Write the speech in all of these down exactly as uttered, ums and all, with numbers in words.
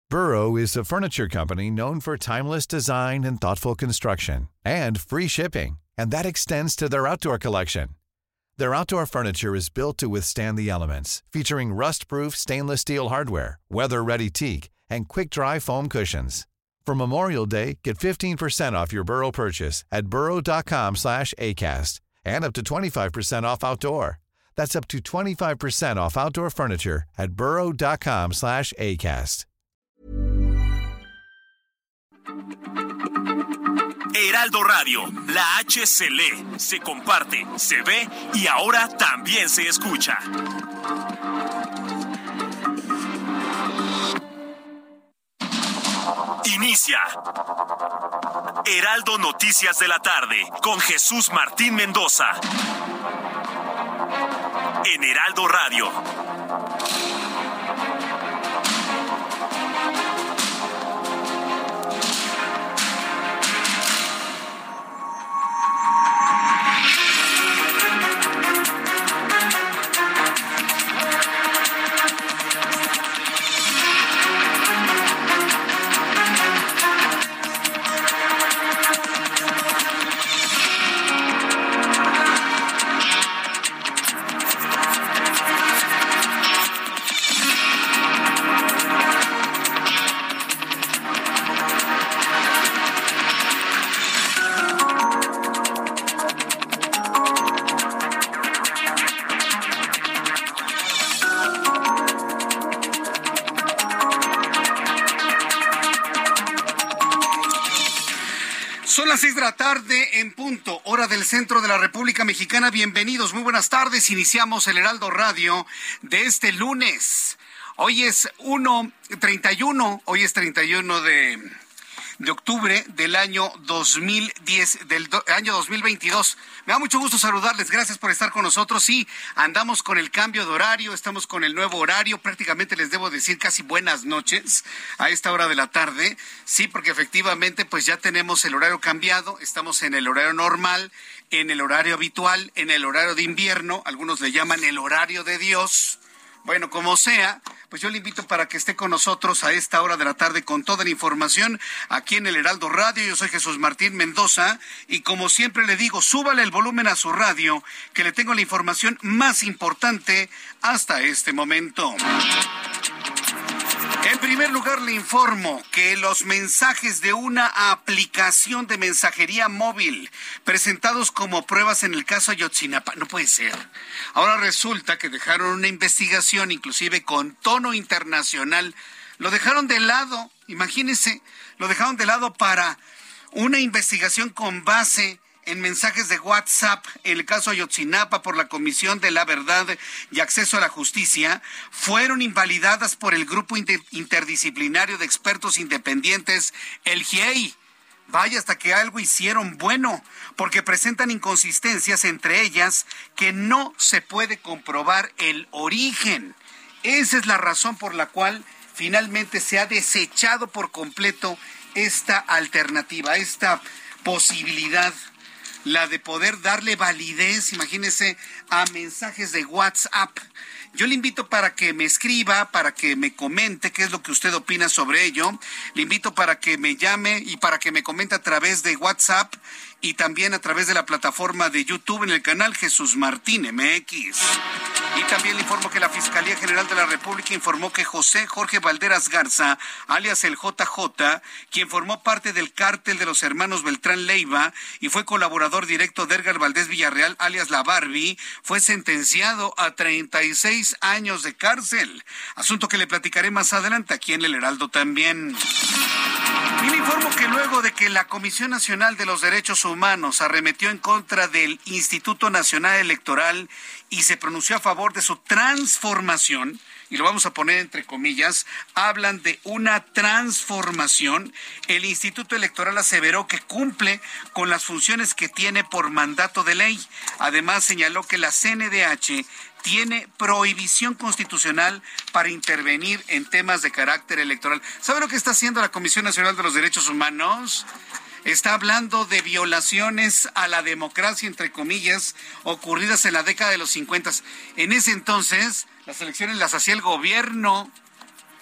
Burrow is a furniture company known for timeless design and thoughtful construction, and free shipping, and that extends to their outdoor collection. Their outdoor furniture is built to withstand the elements, featuring rust-proof stainless steel hardware, weather-ready teak, and quick-dry foam cushions. For Memorial Day, get fifteen percent off your Burrow purchase at burrow.com slash ACAST and up to twenty-five percent off outdoor. That's up to twenty-five percent off outdoor furniture at burrow.com slash ACAST. Heraldo Radio, la H se lee, se comparte, se ve y ahora también se escucha. Inicia Heraldo Noticias de la tarde con Jesús Martín Mendoza en Heraldo Radio. seis de la tarde en punto, hora del centro de la República Mexicana. Bienvenidos, muy buenas tardes. Iniciamos el Heraldo Radio de este lunes. Hoy es uno, treinta y uno, hoy es treinta y uno de, de octubre del año dos mil diez, del do, año dos mil veintidós. Me da mucho gusto saludarles, gracias por estar con nosotros. Sí, andamos con el cambio de horario, estamos con el nuevo horario, prácticamente les debo decir casi buenas noches a esta hora de la tarde. Sí, porque efectivamente pues ya tenemos el horario cambiado, estamos en el horario normal, en el horario habitual, en el horario de invierno, algunos le llaman el horario de Dios. Bueno, como sea, pues yo le invito para que esté con nosotros a esta hora de la tarde con toda la información aquí en el Heraldo Radio. Yo soy Jesús Martín Mendoza y como siempre le digo, súbale el volumen a su radio, que le tengo la información más importante hasta este momento. En primer lugar, le informo que los mensajes de una aplicación de mensajería móvil presentados como pruebas en el caso Ayotzinapa, no puede ser. Ahora resulta que dejaron una investigación, inclusive con tono internacional, lo dejaron de lado, imagínense, lo dejaron de lado para una investigación con base en mensajes de WhatsApp en el caso Ayotzinapa por la Comisión de la Verdad y Acceso a la Justicia, fueron invalidadas por el Grupo Interdisciplinario de Expertos Independientes, el G I E I. Vaya, hasta que algo hicieron bueno, porque presentan inconsistencias, entre ellas que no se puede comprobar el origen. Esa es la razón por la cual finalmente se ha desechado por completo esta alternativa, esta posibilidad, la de poder darle validez, imagínese, a mensajes de WhatsApp. Yo le invito para que me escriba, para que me comente qué es lo que usted opina sobre ello. Le invito para que me llame y para que me comente a través de WhatsApp y también a través de la plataforma de YouTube en el canal Jesús Martín M X. Y también le informo que la Fiscalía General de la República informó que José Jorge Valderas Garza, alias el J J, quien formó parte del cártel de los hermanos Beltrán Leiva y fue colaborador directo de Edgar Valdés Villarreal, alias la Barbie, fue sentenciado a treinta y seis años de cárcel. Asunto que le platicaré más adelante aquí en el Heraldo también. Y le informo que luego de que la Comisión Nacional de los Derechos Humanos arremetió en contra del Instituto Nacional Electoral y se pronunció a favor de su transformación, y lo vamos a poner entre comillas, hablan de una transformación, el Instituto Electoral aseveró que cumple con las funciones que tiene por mandato de ley. Además, señaló que la C N D H tiene prohibición constitucional para intervenir en temas de carácter electoral. ¿Sabe lo que está haciendo la Comisión Nacional de los Derechos Humanos? Está hablando de violaciones a la democracia, entre comillas, ocurridas en la década de los cincuenta. En ese entonces, las elecciones las hacía el gobierno.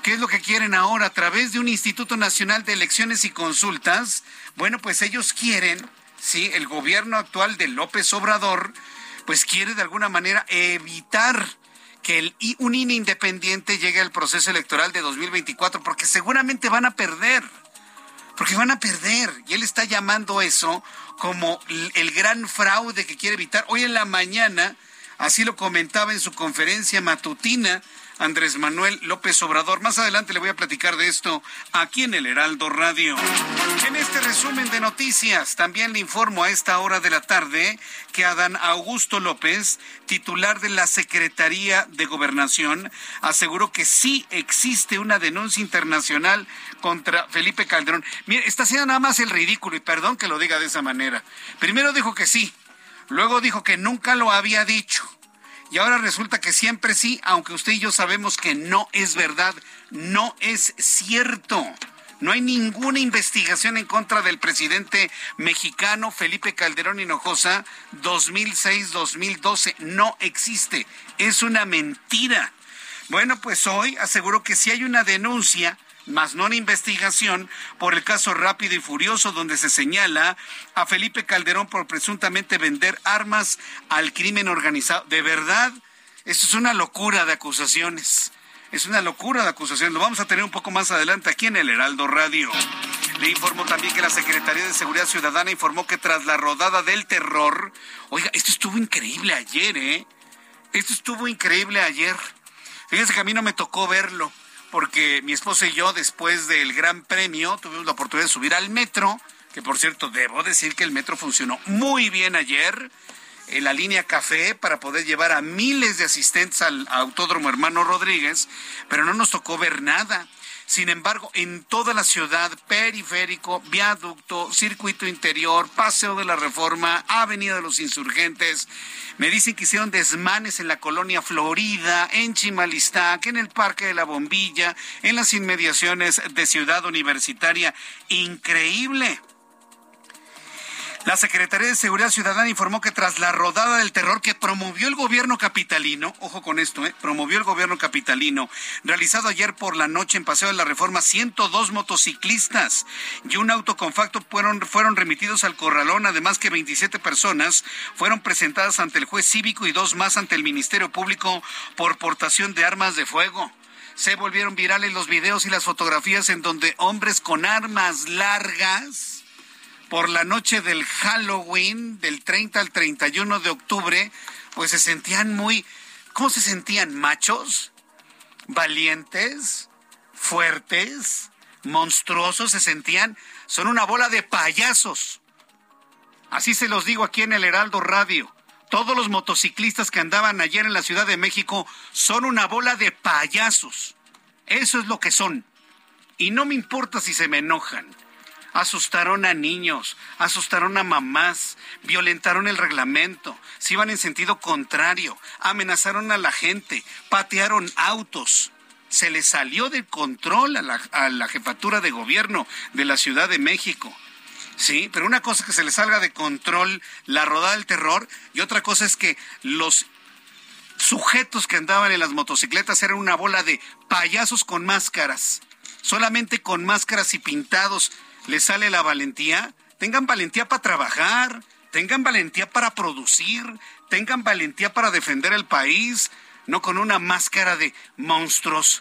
¿Qué es lo que quieren ahora? A través de un Instituto Nacional de Elecciones y Consultas, bueno, pues ellos quieren, sí, el gobierno actual de López Obrador, pues quiere de alguna manera evitar que el, un I N E independiente llegue al proceso electoral de dos mil veinticuatro, porque seguramente van a perder, porque van a perder, y él está llamando eso como el, el gran fraude que quiere evitar. Hoy en la mañana, así lo comentaba en su conferencia matutina Andrés Manuel López Obrador. Más adelante le voy a platicar de esto aquí en el Heraldo Radio. En este resumen de noticias, también le informo a esta hora de la tarde que Adán Augusto López, titular de la Secretaría de Gobernación, aseguró que sí existe una denuncia internacional contra Felipe Calderón. Mire, está haciendo nada más el ridículo, y perdón que lo diga de esa manera. Primero dijo que sí, luego dijo que nunca lo había dicho. Y ahora resulta que siempre sí, aunque usted y yo sabemos que no es verdad, no es cierto. No hay ninguna investigación en contra del presidente mexicano Felipe Calderón Hinojosa dos mil seis dos mil doce. No existe. Es una mentira. Bueno, pues hoy aseguró que sí hay una denuncia, más no una investigación, por el caso Rápido y Furioso, donde se señala a Felipe Calderón por presuntamente vender armas al crimen organizado. De verdad, esto es una locura de acusaciones. Es una locura de acusaciones. Lo vamos a tener un poco más adelante aquí en el Heraldo Radio. Le informo también que la Secretaría de Seguridad Ciudadana informó que tras la rodada del terror... Oiga, esto estuvo increíble ayer, ¿eh? Esto estuvo increíble ayer. Fíjense que a mí no me tocó verlo, porque mi esposa y yo, después del Gran Premio, tuvimos la oportunidad de subir al metro, que por cierto, debo decir que el metro funcionó muy bien ayer, en la línea café, para poder llevar a miles de asistentes al Autódromo Hermano Rodríguez, pero no nos tocó ver nada. Sin embargo, en toda la ciudad, periférico, viaducto, circuito interior, Paseo de la Reforma, Avenida de los Insurgentes, me dicen que hicieron desmanes en la colonia Florida, en Chimalistac, en el Parque de la Bombilla, en las inmediaciones de Ciudad Universitaria. Increíble. La Secretaría de Seguridad Ciudadana informó que tras la rodada del terror que promovió el gobierno capitalino, ojo con esto, eh, promovió el gobierno capitalino, realizado ayer por la noche en Paseo de la Reforma, ciento dos motociclistas y un auto compacto fueron, fueron remitidos al corralón, además que veintisiete personas fueron presentadas ante el juez cívico y dos más ante el Ministerio Público por portación de armas de fuego. Se volvieron virales los videos y las fotografías en donde hombres con armas largas, por la noche del Halloween, del treinta al treinta y uno de octubre, pues se sentían muy, ¿cómo se sentían? ¿Machos? ¿Valientes? ¿Fuertes? ¿Monstruosos? Se sentían, son una bola de payasos. Así se los digo aquí en el Heraldo Radio. Todos los motociclistas que andaban ayer en la Ciudad de México son una bola de payasos. Eso es lo que son. Y no me importa si se me enojan. Asustaron a niños, asustaron a mamás, violentaron el reglamento, se iban en sentido contrario, amenazaron a la gente, patearon autos. Se les salió de control a la, a la jefatura de gobierno de la Ciudad de México. Sí, pero una cosa es que se les salga de control la rodada del terror y otra cosa es que los sujetos que andaban en las motocicletas eran una bola de payasos con máscaras, solamente con máscaras y pintados. ¿Les sale la valentía? Tengan valentía para trabajar, tengan valentía para producir, tengan valentía para defender el país, no con una máscara de monstruos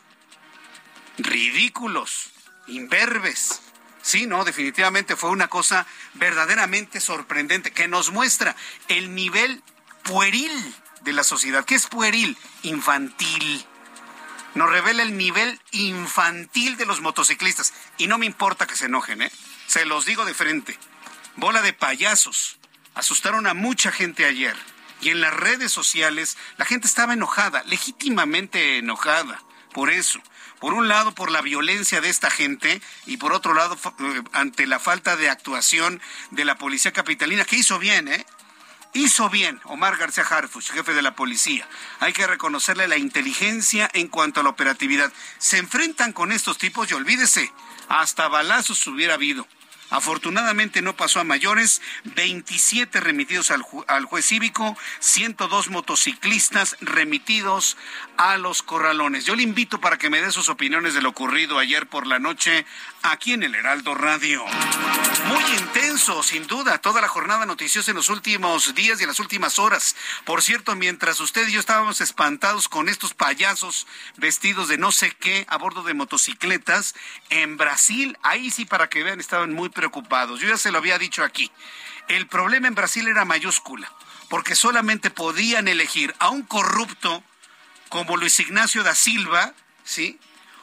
ridículos, imberbes. Sí, no, definitivamente fue una cosa verdaderamente sorprendente que nos muestra el nivel pueril de la sociedad. ¿Qué es pueril? Infantil. Nos revela el nivel infantil de los motociclistas. Y no me importa que se enojen, ¿eh? Se los digo de frente. Bola de payasos. Asustaron a mucha gente ayer. Y en las redes sociales la gente estaba enojada, legítimamente enojada por eso. Por un lado, por la violencia de esta gente y por otro lado, ante la falta de actuación de la policía capitalina, que hizo bien, ¿eh? Hizo bien Omar García Harfuch, jefe de la policía. Hay que reconocerle la inteligencia en cuanto a la operatividad. Se enfrentan con estos tipos y olvídese, hasta balazos hubiera habido. Afortunadamente no pasó a mayores, veintisiete remitidos al, ju- al juez cívico, ciento dos motociclistas remitidos a los corralones. Yo le invito para que me dé sus opiniones de lo ocurrido ayer por la noche aquí en el Heraldo Radio. Muy intenso, sin duda, toda la jornada noticiosa en los últimos días y en las últimas horas. Por cierto, mientras usted y yo estábamos espantados con estos payasos vestidos de no sé qué a bordo de motocicletas, en Brasil, ahí sí, para que vean, estaban muy preocupados. Yo ya se lo había dicho aquí. El problema en Brasil era mayúscula, porque solamente podían elegir a un corrupto como Luis Ignacio da Silva, ¿sí?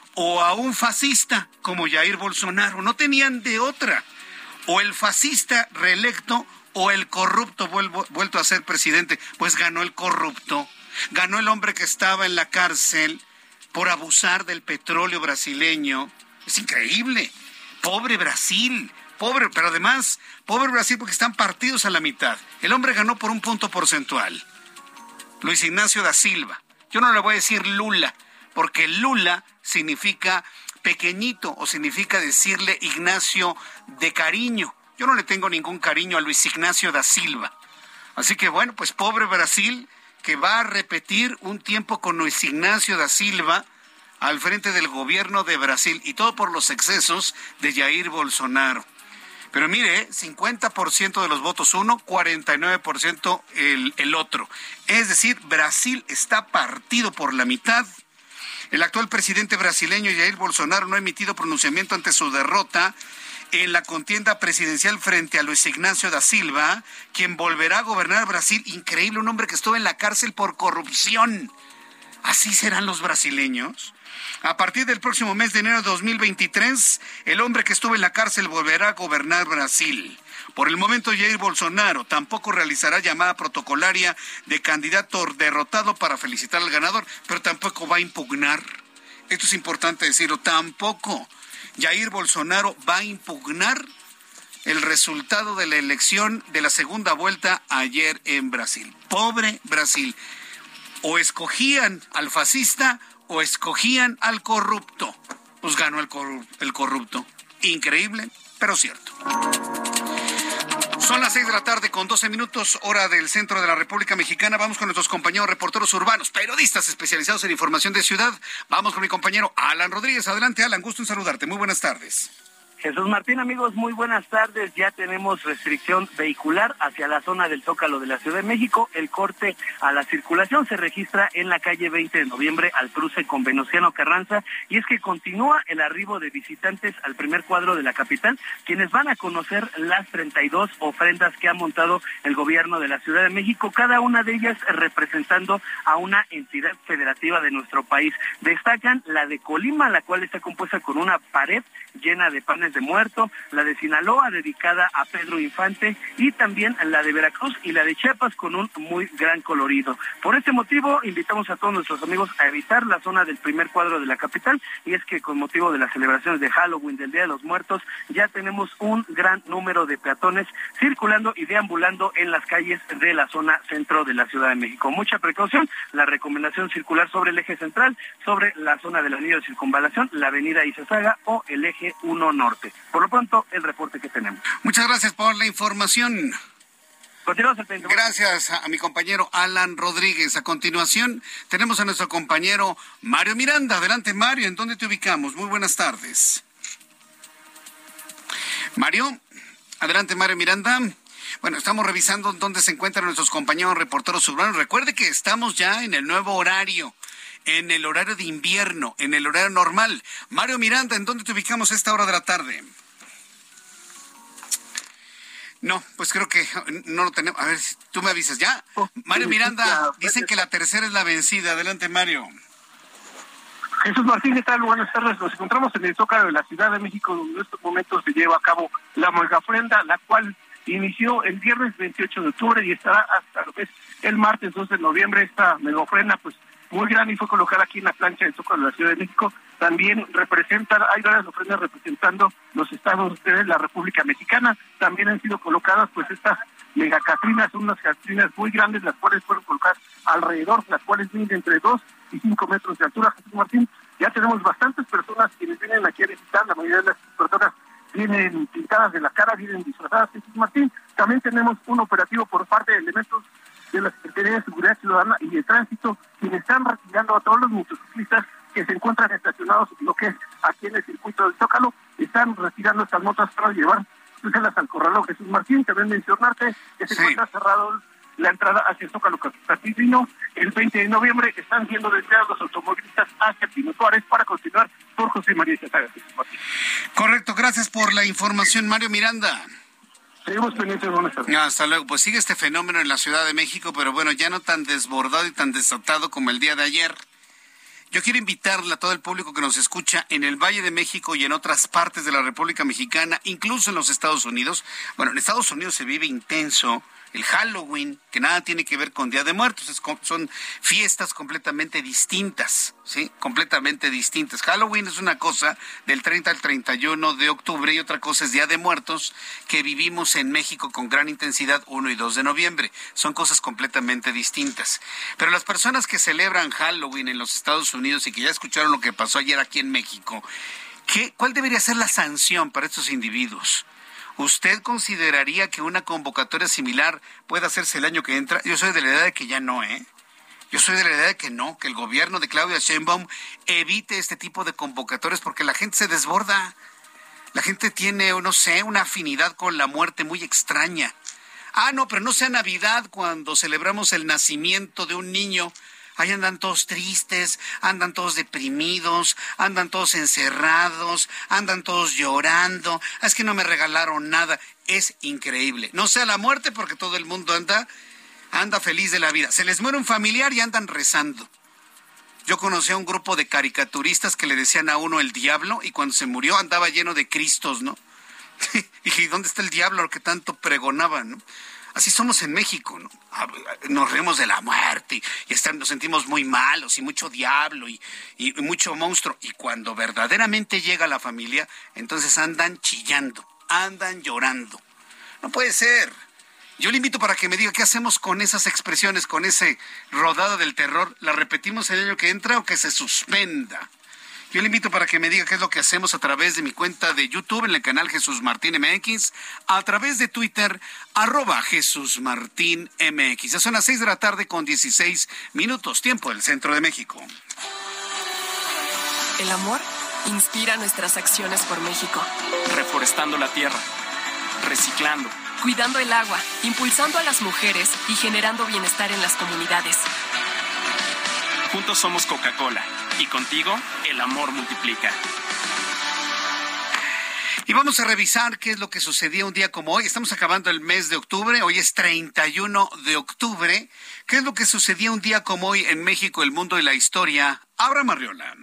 O a un fascista como Jair Bolsonaro. No tenían de otra. O el fascista reelecto o el corrupto vuelvo, vuelto a ser presidente. Pues ganó el corrupto. Ganó el hombre que estaba en la cárcel por abusar del petróleo brasileño. Es increíble. Pobre Brasil. Pobre, pero además, pobre Brasil porque están partidos a la mitad. El hombre ganó por un punto porcentual. Luis Ignacio da Silva. Yo no le voy a decir Lula, porque Lula significa pequeñito o significa decirle Ignacio de cariño. Yo no le tengo ningún cariño a Luis Ignacio da Silva. Así que bueno, pues pobre Brasil, que va a repetir un tiempo con Luis Ignacio da Silva al frente del gobierno de Brasil, y todo por los excesos de Jair Bolsonaro. Pero mire, cincuenta por ciento de los votos uno, cuarenta y nueve por ciento el, el otro. Es decir, Brasil está partido por la mitad. El actual presidente brasileño Jair Bolsonaro no ha emitido pronunciamiento ante su derrota en la contienda presidencial frente a Luis Ignacio da Silva, quien volverá a gobernar Brasil. Increíble, un hombre que estuvo en la cárcel por corrupción. ¿Así serán los brasileños? A partir del próximo mes de enero de dos mil veintitrés, el hombre que estuvo en la cárcel volverá a gobernar Brasil. Por el momento, Jair Bolsonaro tampoco realizará llamada protocolaria de candidato derrotado para felicitar al ganador, pero tampoco va a impugnar. Esto es importante decirlo, tampoco Jair Bolsonaro va a impugnar el resultado de la elección de la segunda vuelta ayer en Brasil. Pobre Brasil. O escogían al fascista o escogían al corrupto. Pues ganó el, corru- el corrupto. Increíble, pero cierto. Son las seis de la tarde con doce minutos, hora del centro de la República Mexicana. Vamos con nuestros compañeros reporteros urbanos, periodistas especializados en información de ciudad. Vamos con mi compañero Alan Rodríguez. Adelante, Alan, gusto en saludarte. Muy buenas tardes. Jesús Martín, amigos, muy buenas tardes. Ya tenemos restricción vehicular hacia la zona del Zócalo de la Ciudad de México. El corte a la circulación se registra en la calle veinte de noviembre al cruce con Venustiano Carranza, y es que continúa el arribo de visitantes al primer cuadro de la capital, quienes van a conocer las treinta y dos ofrendas que ha montado el gobierno de la Ciudad de México, cada una de ellas representando a una entidad federativa de nuestro país. Destacan la de Colima, la cual está compuesta con una pared llena de panes de muerto, la de Sinaloa dedicada a Pedro Infante, y también la de Veracruz y la de Chiapas con un muy gran colorido. Por este motivo invitamos a todos nuestros amigos a evitar la zona del primer cuadro de la capital, y es que con motivo de las celebraciones de Halloween, del Día de los Muertos, ya tenemos un gran número de peatones circulando y deambulando en las calles de la zona centro de la Ciudad de México. Mucha precaución, la recomendación circular sobre el eje central, sobre la zona del anillo de circunvalación, la avenida Izazaga o el eje uno norte. Por lo pronto, el reporte que tenemos. Muchas gracias por la información. Continuamos al pendiente. Gracias a mi compañero Alan Rodríguez. A continuación, tenemos a nuestro compañero Mario Miranda. Adelante, Mario, ¿en dónde te ubicamos? Muy buenas tardes. Mario, adelante, Mario Miranda. Bueno, estamos revisando dónde se encuentran nuestros compañeros reporteros urbanos. Recuerde que estamos ya en el nuevo horario, en el horario de invierno, en el horario normal. Mario Miranda, ¿en dónde te ubicamos a esta hora de la tarde? No, pues creo que no lo tenemos. A ver, si tú me avisas. ¿Ya? Mario Miranda, dicen que la tercera es la vencida. Adelante, Mario. Jesús Martín, ¿qué tal? Buenas tardes. Nos encontramos en el Zócalo de la Ciudad de México, donde en estos momentos se lleva a cabo la Molgafrenda, la cual inició el viernes veintiocho de octubre y estará hasta lo que es el martes dos de noviembre. Esta megafrenda, pues, muy grande, y fue colocada aquí en la plancha del Zócalo de la Ciudad de México. También representan, hay varias ofrendas representando los estados de la República Mexicana. También han sido colocadas, pues, estas megacatrinas, son unas catrinas muy grandes, las cuales fueron colocadas alrededor, las cuales miden entre dos y cinco metros de altura. Jesús Martín, ya tenemos bastantes personas quienes vienen aquí a visitar. La mayoría de las personas vienen pintadas de la cara, vienen disfrazadas, Jesús Martín. También tenemos un operativo por parte de elementos de la Secretaría de Seguridad Ciudadana y de Tránsito, quienes están retirando a todos los motociclistas que se encuentran estacionados, lo que es aquí en el circuito del Zócalo, están retirando estas motos para llevar las al corralón Jesús Martín. También mencionarte que se sí. encuentra cerrado la entrada hacia el Zócalo Capitalino. El veinte de noviembre están siendo desviados los automovilistas hacia Pino Suárez para continuar por José María Chazaga. Correcto, gracias por la información, Mario Miranda. Seguimos pendientes, buenas tardes. Hasta luego. Pues sigue este fenómeno en la Ciudad de México, pero bueno, ya no tan desbordado y tan desatado como el día de ayer. Yo quiero invitarle a todo el público que nos escucha en el Valle de México y en otras partes de la República Mexicana, incluso en los Estados Unidos. Bueno, en Estados Unidos se vive intenso el Halloween, que nada tiene que ver con Día de Muertos, es, son fiestas completamente distintas, ¿sí? Completamente distintas. Halloween es una cosa del treinta al treinta y uno de octubre y otra cosa es Día de Muertos, que vivimos en México con gran intensidad uno y dos de noviembre. Son cosas completamente distintas. Pero las personas que celebran Halloween en los Estados Unidos y que ya escucharon lo que pasó ayer aquí en México, ¿qué, ¿cuál debería ser la sanción para estos individuos? ¿Usted consideraría que una convocatoria similar pueda hacerse el año que entra? Yo soy de la idea de que ya no, ¿eh? Yo soy de la idea de que no, que el gobierno de Claudia Sheinbaum evite este tipo de convocatorias porque la gente se desborda. La gente tiene, no sé, una afinidad con la muerte muy extraña. Ah, no, pero no sea Navidad cuando celebramos el nacimiento de un niño. Ahí andan todos tristes, andan todos deprimidos, andan todos encerrados, andan todos llorando. Ah, es que no me regalaron nada. Es increíble. No sea la muerte porque todo el mundo anda, anda feliz de la vida. Se les muere un familiar y andan rezando. Yo conocí a un grupo de caricaturistas que le decían a uno el diablo y cuando se murió andaba lleno de cristos, ¿no? Y dije, ¿dónde está el diablo que tanto pregonaban, no? Así somos en México, ¿no? Nos reímos de la muerte y estar, nos sentimos muy malos y mucho diablo y, y, y mucho monstruo. Y cuando verdaderamente llega la familia, entonces andan chillando, andan llorando. No puede ser. Yo le invito para que me diga qué hacemos con esas expresiones, con ese rodado del terror. ¿La repetimos el año que entra o que se suspenda? Yo le invito para que me diga qué es lo que hacemos a través de mi cuenta de YouTube en el canal Jesús Martín M X, a través de Twitter, arroba Jesús Martín M X. Ya son las seis de la tarde con dieciséis minutos, tiempo del Centro de México. El amor inspira nuestras acciones por México. Reforestando la tierra, reciclando, cuidando el agua, impulsando a las mujeres y generando bienestar en las comunidades. Juntos somos Coca-Cola. Y contigo, el amor multiplica. Y vamos a revisar qué es lo que sucedía un día como hoy. Estamos acabando el mes de octubre, hoy es treinta y uno de octubre. ¿Qué es lo que sucedía un día como hoy en México, el mundo y la historia? Abraham Arreola.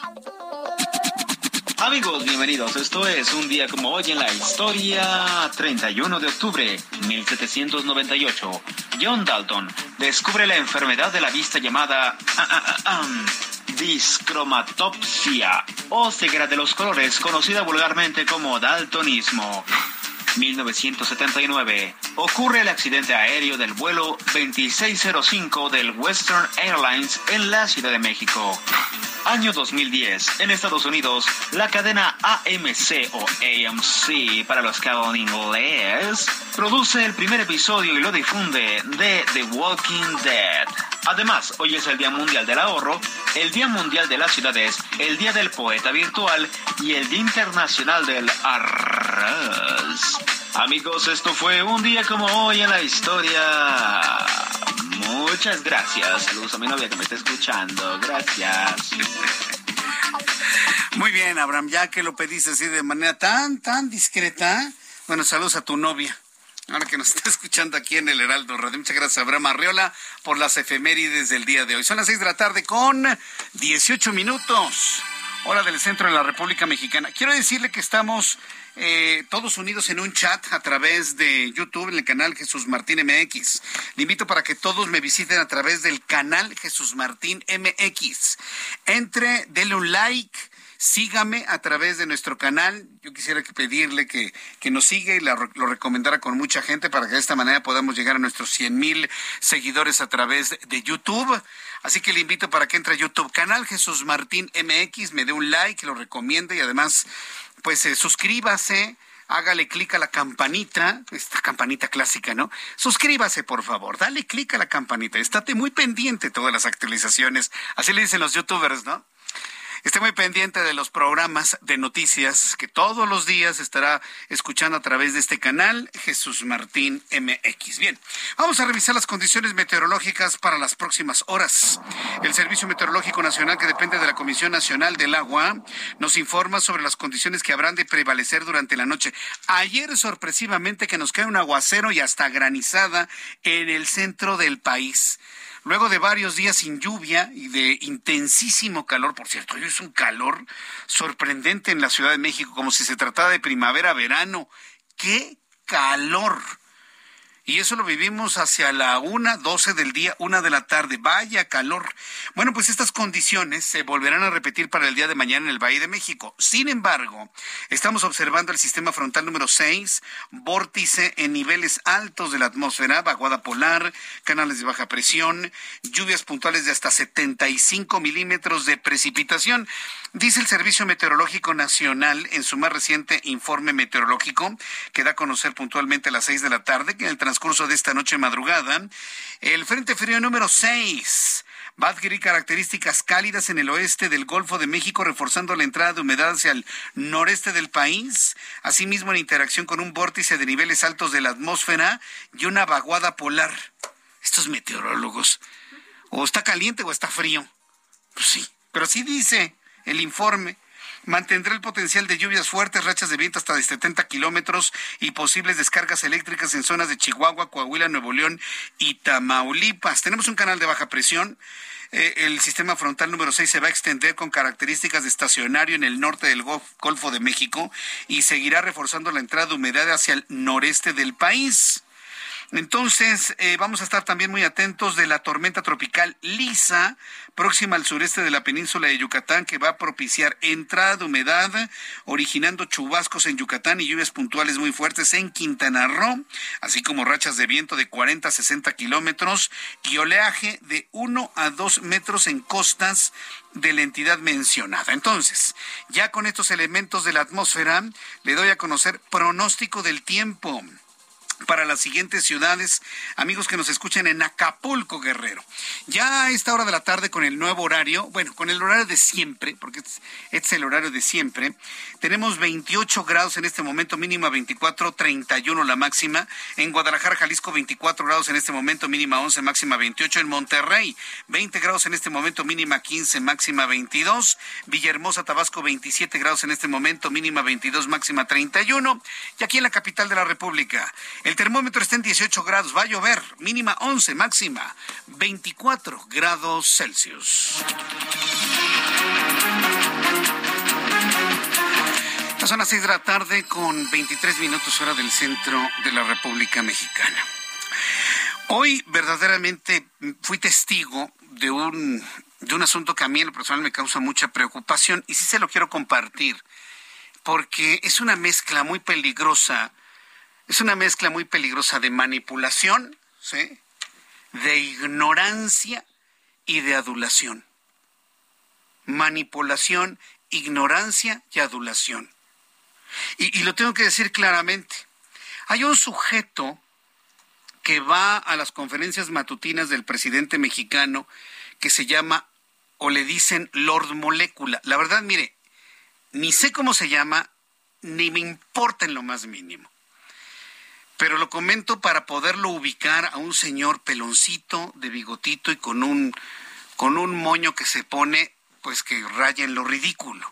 Amigos, bienvenidos. Esto es un día como hoy en la historia. Treinta y uno de octubre, mil setecientos noventa y ocho. John Dalton descubre la enfermedad de la vista llamada ah, ah, ah, discromatopsia o ceguera de los colores, conocida vulgarmente como daltonismo. mil novecientos setenta y nueve. Ocurre el accidente aéreo del vuelo veintiséis cero cinco del Western Airlines en la Ciudad de México. Año dos mil diez. En Estados Unidos, la cadena A M C o A M C, para los que hablan inglés, produce el primer episodio y lo difunde de The Walking Dead. Además, hoy es el Día Mundial del Ahorro, el Día Mundial de las Ciudades, el Día del Poeta Virtual y el Día Internacional del Arroz. Amigos, esto fue un día como hoy en la historia. Muchas gracias. Saludos a mi novia que me está escuchando. Gracias. Muy bien, Abraham, ya que lo pediste así de manera tan, tan discreta. Bueno, saludos a tu novia, ahora que nos está escuchando aquí en el Heraldo Radio. Muchas gracias, Abraham Arreola, por las efemérides del día de hoy. Son las seis de la tarde con dieciocho minutos, hora del centro de la República Mexicana. Quiero decirle que estamos eh, todos unidos en un chat a través de YouTube, en el canal Jesús Martín M X. Le invito para que todos me visiten a través del canal Jesús Martín M X. Entre, denle un like, sígame a través de nuestro canal. Yo quisiera que pedirle que, que nos siga y la, lo recomendara con mucha gente para que de esta manera podamos llegar a nuestros cien mil seguidores a través de YouTube. Así que le invito para que entre a YouTube, canal Jesús Martín M X, me dé un like, lo recomiende y además, pues eh, suscríbase hágale clic a la campanita, esta campanita clásica, ¿no? Suscríbase, por favor, dale clic a la campanita, estate muy pendiente de todas las actualizaciones, así le dicen los youtubers, ¿no? Esté muy pendiente de los programas de noticias que todos los días estará escuchando a través de este canal, Jesús Martín M X. Bien, vamos a revisar las condiciones meteorológicas para las próximas horas. El Servicio Meteorológico Nacional, que depende de la Comisión Nacional del Agua, nos informa sobre las condiciones que habrán de prevalecer durante la noche. Ayer, sorpresivamente, que nos cae un aguacero y hasta granizada en el centro del país. Luego de varios días sin lluvia y de intensísimo calor, por cierto, hoy es un calor sorprendente en la Ciudad de México, como si se tratara de primavera-verano. ¡Qué calor! Y eso lo vivimos hacia la una, doce del día, una de la tarde. ¡Vaya calor! Bueno, pues estas condiciones se volverán a repetir para el día de mañana en el Valle de México. Sin embargo, estamos observando el sistema frontal número seis, vórtice en niveles altos de la atmósfera, vaguada polar, canales de baja presión, lluvias puntuales de hasta setenta y cinco milímetros de precipitación. Dice el Servicio Meteorológico Nacional en su más reciente informe meteorológico, que da a conocer puntualmente a las seis de la tarde, que en el transcurso de esta noche madrugada, el Frente Frío número seis va a adquirir características cálidas en el oeste del Golfo de México, reforzando la entrada de humedad hacia el noreste del país, asimismo en interacción con un vórtice de niveles altos de la atmósfera y una vaguada polar. Estos meteorólogos, o está caliente o está frío. Pues sí, pero sí dice el informe. Mantendrá el potencial de lluvias fuertes, rachas de viento hasta de setenta kilómetros y posibles descargas eléctricas en zonas de Chihuahua, Coahuila, Nuevo León y Tamaulipas. Tenemos un canal de baja presión. Eh, el sistema frontal número seis se va a extender con características de estacionario en el norte del Golfo de México y seguirá reforzando la entrada de humedad hacia el noreste del país. Entonces, eh, vamos a estar también muy atentos de la tormenta tropical Lisa, próxima al sureste de la península de Yucatán, que va a propiciar entrada de humedad, originando chubascos en Yucatán y lluvias puntuales muy fuertes en Quintana Roo, así como rachas de viento de cuarenta a sesenta kilómetros y oleaje de uno a dos metros en costas de la entidad mencionada. Entonces, ya con estos elementos de la atmósfera, le doy a conocer pronóstico del tiempo para las siguientes ciudades, amigos que nos escuchan en Acapulco, Guerrero. Ya a esta hora de la tarde, con el nuevo horario, bueno, con el horario de siempre, porque este es el horario de siempre, tenemos veintiocho grados en este momento, mínima veinticuatro, treinta y uno la máxima. En Guadalajara, Jalisco, veinticuatro grados en este momento, mínima once, máxima veintiocho. En Monterrey, veinte grados en este momento, mínima quince, máxima veintidós. Villahermosa, Tabasco, veintisiete grados en este momento, mínima veintidós, máxima treinta y uno. Y aquí en la capital de la República, el termómetro está en dieciocho grados, va a llover, mínima once, máxima veinticuatro grados Celsius. Ya son las seis de la tarde con veintitrés minutos hora del centro de la República Mexicana. Hoy verdaderamente fui testigo de un, de un asunto que a mí en lo personal me causa mucha preocupación y sí se lo quiero compartir porque es una mezcla muy peligrosa. Es una mezcla muy peligrosa de manipulación, ¿sí?, de ignorancia y de adulación. Manipulación, ignorancia y adulación. Y, y lo tengo que decir claramente. Hay un sujeto que va a las conferencias matutinas del presidente mexicano que se llama, o le dicen, Lord Molécula. La verdad, mire, ni sé cómo se llama, ni me importa en lo más mínimo. Pero lo comento para poderlo ubicar a un señor peloncito, de bigotito y con un, con un moño que se pone, pues que raya en lo ridículo.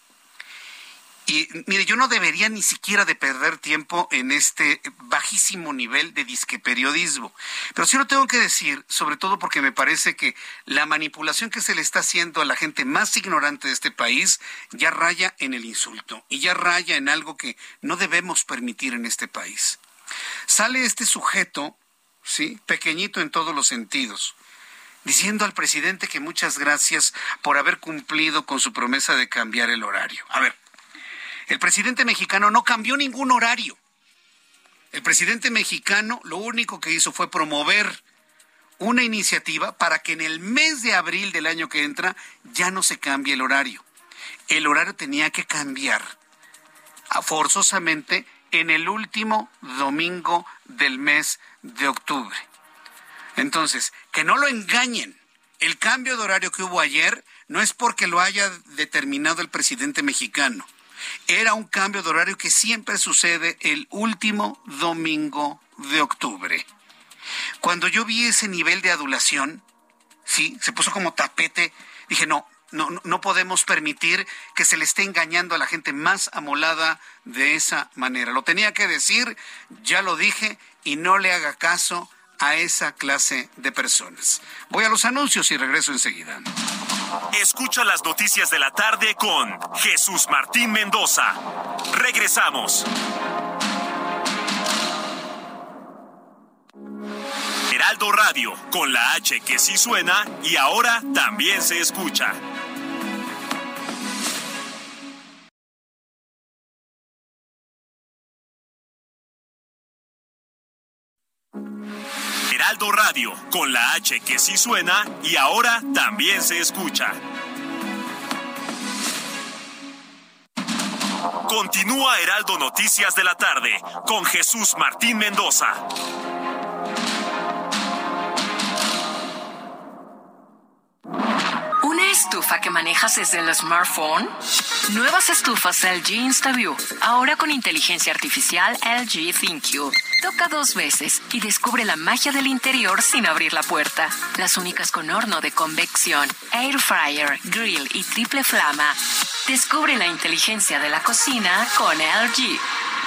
Y mire, yo no debería ni siquiera de perder tiempo en este bajísimo nivel de disque periodismo. Pero sí lo tengo que decir, sobre todo porque me parece que la manipulación que se le está haciendo a la gente más ignorante de este país ya raya en el insulto y ya raya en algo que no debemos permitir en este país. Sale este sujeto, ¿sí?, pequeñito en todos los sentidos, diciendo al presidente que muchas gracias por haber cumplido con su promesa de cambiar el horario. A ver, el presidente mexicano no cambió ningún horario. El presidente mexicano lo único que hizo fue promover una iniciativa para que en el mes de abril del año que entra ya no se cambie el horario. El horario tenía que cambiar forzosamente en el último domingo del mes de octubre. Entonces, que no lo engañen. El cambio de horario que hubo ayer no es porque lo haya determinado el presidente mexicano. Era un cambio de horario que siempre sucede el último domingo de octubre. Cuando yo vi ese nivel de adulación, sí, se puso como tapete, dije, no, no, no podemos permitir que se le esté engañando a la gente más amolada de esa manera. Lo tenía que decir, ya lo dije, y no le haga caso a esa clase de personas. Voy a los anuncios y regreso enseguida. Escucha las noticias de la tarde con Jesús Martín Mendoza. Regresamos. Heraldo Radio, con la H que sí suena y ahora también se escucha. Heraldo Radio, con la H que sí suena y ahora también se escucha. Continúa Heraldo Noticias de la tarde con Jesús Martín Mendoza. ¿Una estufa que manejas desde el smartphone? Nuevas estufas L G InstaView, ahora con inteligencia artificial L G ThinQ. Toca dos veces y descubre la magia del interior sin abrir la puerta. Las únicas con horno de convección, air fryer, grill y triple flama. Descubre la inteligencia de la cocina con L G.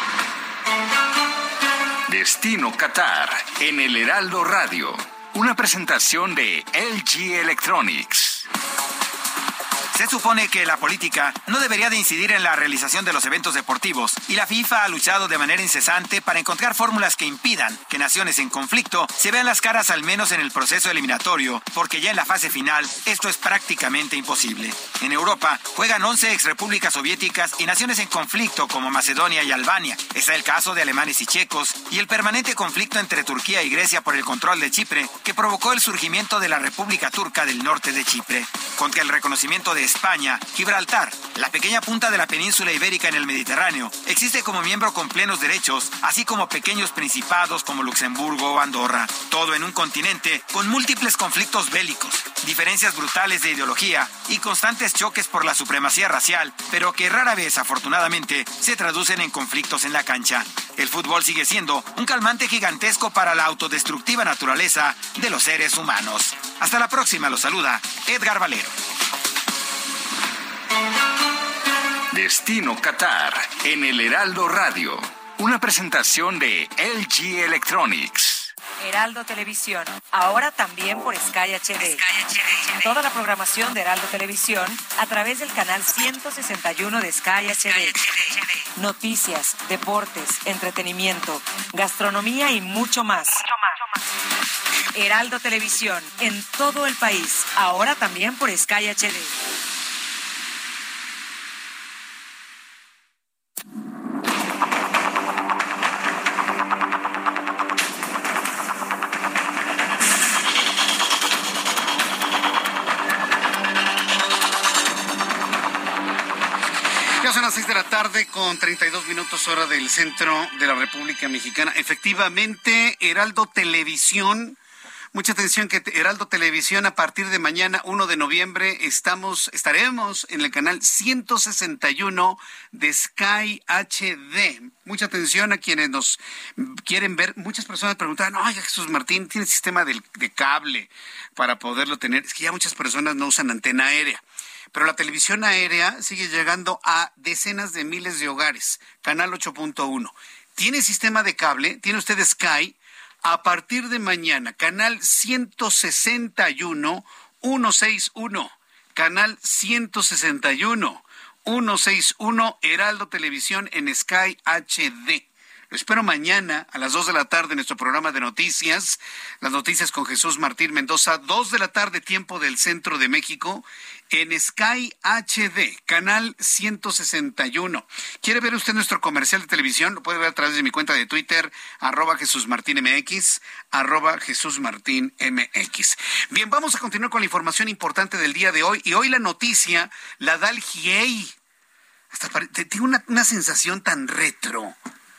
Destino Qatar en el Heraldo Radio. Una presentación de L G Electronics. Se supone que la política no debería de incidir en la realización de los eventos deportivos y la FIFA ha luchado de manera incesante para encontrar fórmulas que impidan que naciones en conflicto se vean las caras al menos en el proceso eliminatorio, porque ya en la fase final esto es prácticamente imposible. En Europa juegan once exrepúblicas soviéticas y naciones en conflicto como Macedonia y Albania. Está el caso de alemanes y checos y el permanente conflicto entre Turquía y Grecia por el control de Chipre, que provocó el surgimiento de la República Turca del norte de Chipre. Contra el reconocimiento de España, Gibraltar, la pequeña punta de la península ibérica en el Mediterráneo, existe como miembro con plenos derechos, así como pequeños principados como Luxemburgo o Andorra. Todo en un continente con múltiples conflictos bélicos, diferencias brutales de ideología y constantes choques por la supremacía racial, pero que rara vez, afortunadamente, se traducen en conflictos en la cancha. El fútbol sigue siendo un calmante gigantesco para la autodestructiva naturaleza de los seres humanos. Hasta la próxima, los saluda Edgar Valero. Destino Qatar en el Heraldo Radio. Una presentación de L G Electronics. Heraldo Televisión, ahora también por Sky H D. Sky H D. Toda la programación de Heraldo Televisión a través del canal ciento sesenta y uno de Sky H D. Noticias, deportes, entretenimiento, gastronomía y mucho más. Heraldo Televisión, en todo el país, ahora también por Sky H D. Son las seis de la tarde con treinta y dos minutos hora del centro de la República Mexicana. Efectivamente, Heraldo Televisión, mucha atención que Heraldo Televisión a partir de mañana, uno de noviembre, estamos, estaremos en el canal ciento sesenta y uno de Sky H D. Mucha atención a quienes nos quieren ver. Muchas personas preguntan, oiga, Jesús Martín, ¿tiene sistema de, de cable para poderlo tener? Es que ya muchas personas no usan antena aérea. Pero la televisión aérea sigue llegando a decenas de miles de hogares. Canal ocho punto uno. ¿Tiene sistema de cable? ¿Tiene usted Sky? A partir de mañana, canal ciento sesenta y uno, ciento sesenta y uno. Canal ciento sesenta y uno, ciento sesenta y uno, Heraldo Televisión en Sky H D. Lo espero mañana a las dos de la tarde en nuestro programa de noticias. Las noticias con Jesús Martín Mendoza, dos de la tarde, tiempo del centro de México, en Sky H D, canal ciento sesenta y uno. ¿Quiere ver usted nuestro comercial de televisión? Lo puede ver a través de mi cuenta de Twitter, arroba Jesús Martín M X, arroba Jesús Martín M X. Bien, vamos a continuar con la información importante del día de hoy. Y hoy la noticia la da el G I E I. Hasta pare... Tengo una, una sensación tan retro.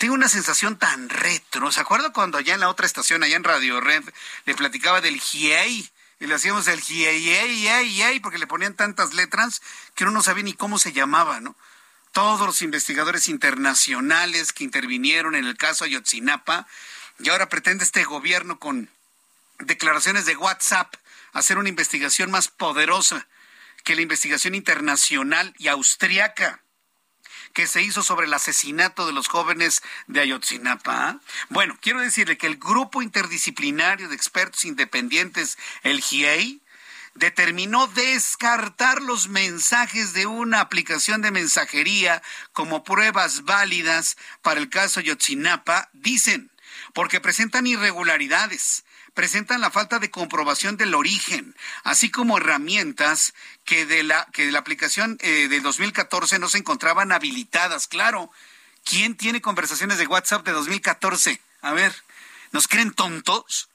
tengo una sensación tan retro. ¿Se acuerda cuando allá en la otra estación, allá en Radio Red, le platicaba del G I E I? Y le hacíamos el G I E I, G I E I, G I E I, porque le ponían tantas letras que uno no sabía ni cómo se llamaba, ¿no? Todos los investigadores internacionales que intervinieron en el caso Ayotzinapa, y ahora pretende este gobierno con declaraciones de WhatsApp hacer una investigación más poderosa que la investigación internacional y austriaca que se hizo sobre el asesinato de los jóvenes de Ayotzinapa. Bueno, quiero decirle que el grupo interdisciplinario de expertos independientes, el G I E I, determinó descartar los mensajes de una aplicación de mensajería como pruebas válidas para el caso Ayotzinapa, dicen, porque presentan irregularidades, presentan la falta de comprobación del origen, así como herramientas que de la que de la aplicación eh, del dos mil catorce no se encontraban habilitadas. Claro, ¿quién tiene conversaciones de WhatsApp de dos mil catorce? A ver, ¿nos creen tontos?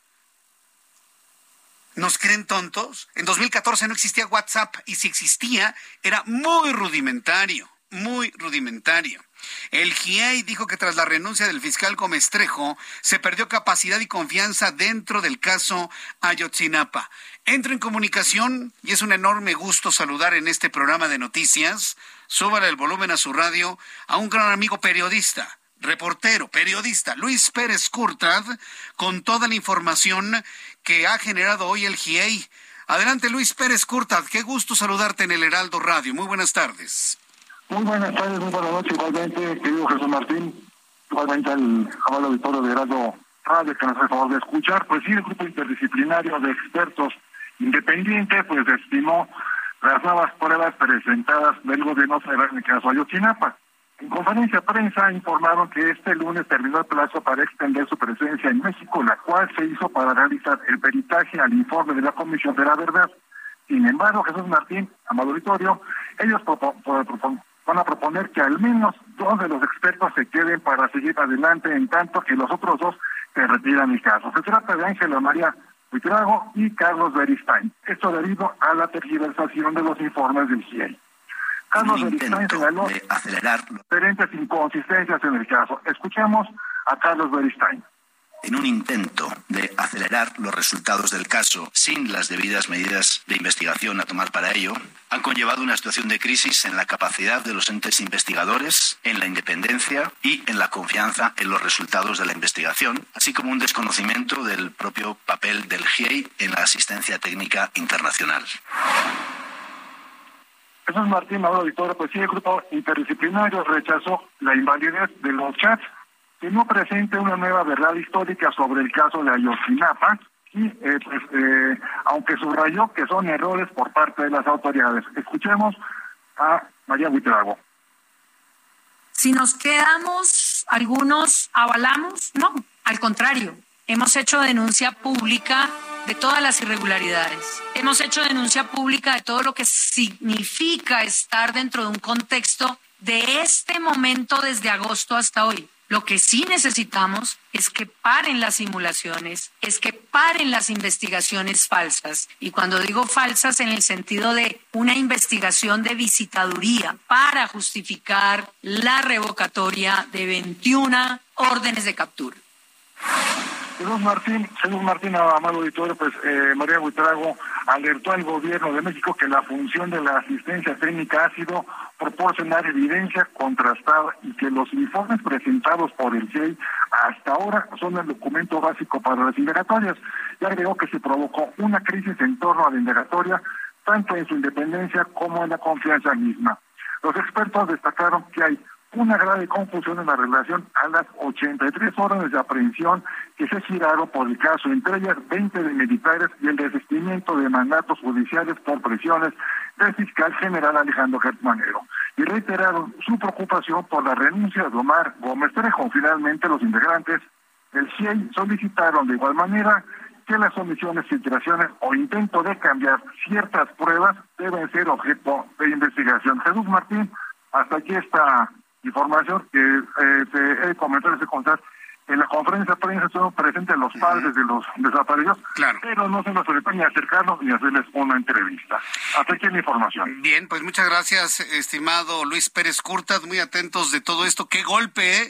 ¿Nos creen tontos? En dos mil catorce no existía WhatsApp y si existía era muy rudimentario, muy rudimentario. El G I E I dijo que tras la renuncia del fiscal Gómez Trejo se perdió capacidad y confianza dentro del caso Ayotzinapa. Entro en comunicación y es un enorme gusto saludar en este programa de noticias, súbale el volumen a su radio, a un gran amigo periodista, reportero, periodista, Luis Pérez Curtad, con toda la información que ha generado hoy el G I E I. Adelante, Luis Pérez Curtad, qué gusto saludarte en el Heraldo Radio. Muy buenas tardes. Muy buenas tardes, muy buenas noches, igualmente, querido Jesús Martín, igualmente al amable auditorio de Heraldo Radio que nos hace el favor de escuchar. Pues sí, el grupo interdisciplinario de expertos independientes pues estimó las nuevas pruebas presentadas del gobierno federal en el caso Ayotzinapa. En conferencia de prensa informaron que este lunes terminó el plazo para extender su presencia en México, la cual se hizo para realizar el peritaje al informe de la Comisión de la Verdad. Sin embargo, Jesús Martín, amable auditorio, ellos propon, propon, van a proponer que al menos dos de los expertos se queden para seguir adelante, en tanto que los otros dos se retiran el caso. Se trata de Ángela María Buitrago y Carlos Beristain. Esto debido a la tergiversación de los informes del G I E I. Carlos Beristain señaló acelerar diferentes inconsistencias en el caso. Escuchemos a Carlos Beristain. En un intento de acelerar los resultados del caso sin las debidas medidas de investigación a tomar para ello, han conllevado una situación de crisis en la capacidad de los entes investigadores, en la independencia y en la confianza en los resultados de la investigación, así como un desconocimiento del propio papel del G I E I en la asistencia técnica internacional. Jesús Martín, ahora auditorio, pues sí, el grupo interdisciplinario rechazó la invalidez de los chats que no presente una nueva verdad histórica sobre el caso de Ayotzinapa y eh, pues, eh, aunque subrayó que son errores por parte de las autoridades. Escuchemos a María Buitrago. Si nos quedamos, algunos avalamos, no, al contrario, hemos hecho denuncia pública de todas las irregularidades. Hemos hecho denuncia pública de todo lo que significa estar dentro de un contexto de este momento desde agosto hasta hoy. Lo que sí necesitamos es que paren las simulaciones, es que paren las investigaciones falsas. Y cuando digo falsas, en el sentido de una investigación de visitaduría para justificar la revocatoria de veintiuna órdenes de captura. Jesús Martín, Jesús Martín, amado auditorio, pues eh, María Buitrago alertó al gobierno de México que la función de la asistencia técnica ha sido proporcionar evidencia contrastada y que los informes presentados por el G I E I hasta ahora son el documento básico para las indagatorias. Y agregó que se provocó una crisis en torno a la indagatoria, tanto en su independencia como en la confianza misma. Los expertos destacaron que hay una grave confusión en la relación a las ochenta y tres órdenes de aprehensión que se giraron por el caso, entre ellas veinte de militares y el desistimiento de mandatos judiciales por presiones del fiscal general Alejandro Gertz Manero. Y reiteraron su preocupación por la renuncia de Omar Gómez Trejo. Finalmente, los integrantes del G I E I solicitaron de igual manera que las omisiones, filtraciones o intento de cambiar ciertas pruebas deben ser objeto de investigación. Jesús Martín, hasta aquí está información que eh, te he comentado ese contar. En la conferencia de prensa estuvieron presentes los padres de los desaparecidos, claro, pero no se nos permite ni acercarnos ni hacerles una entrevista. Hasta aquí la información. Bien, pues muchas gracias, estimado Luis Pérez Curtad, muy atentos de todo esto. ¡Qué golpe, eh!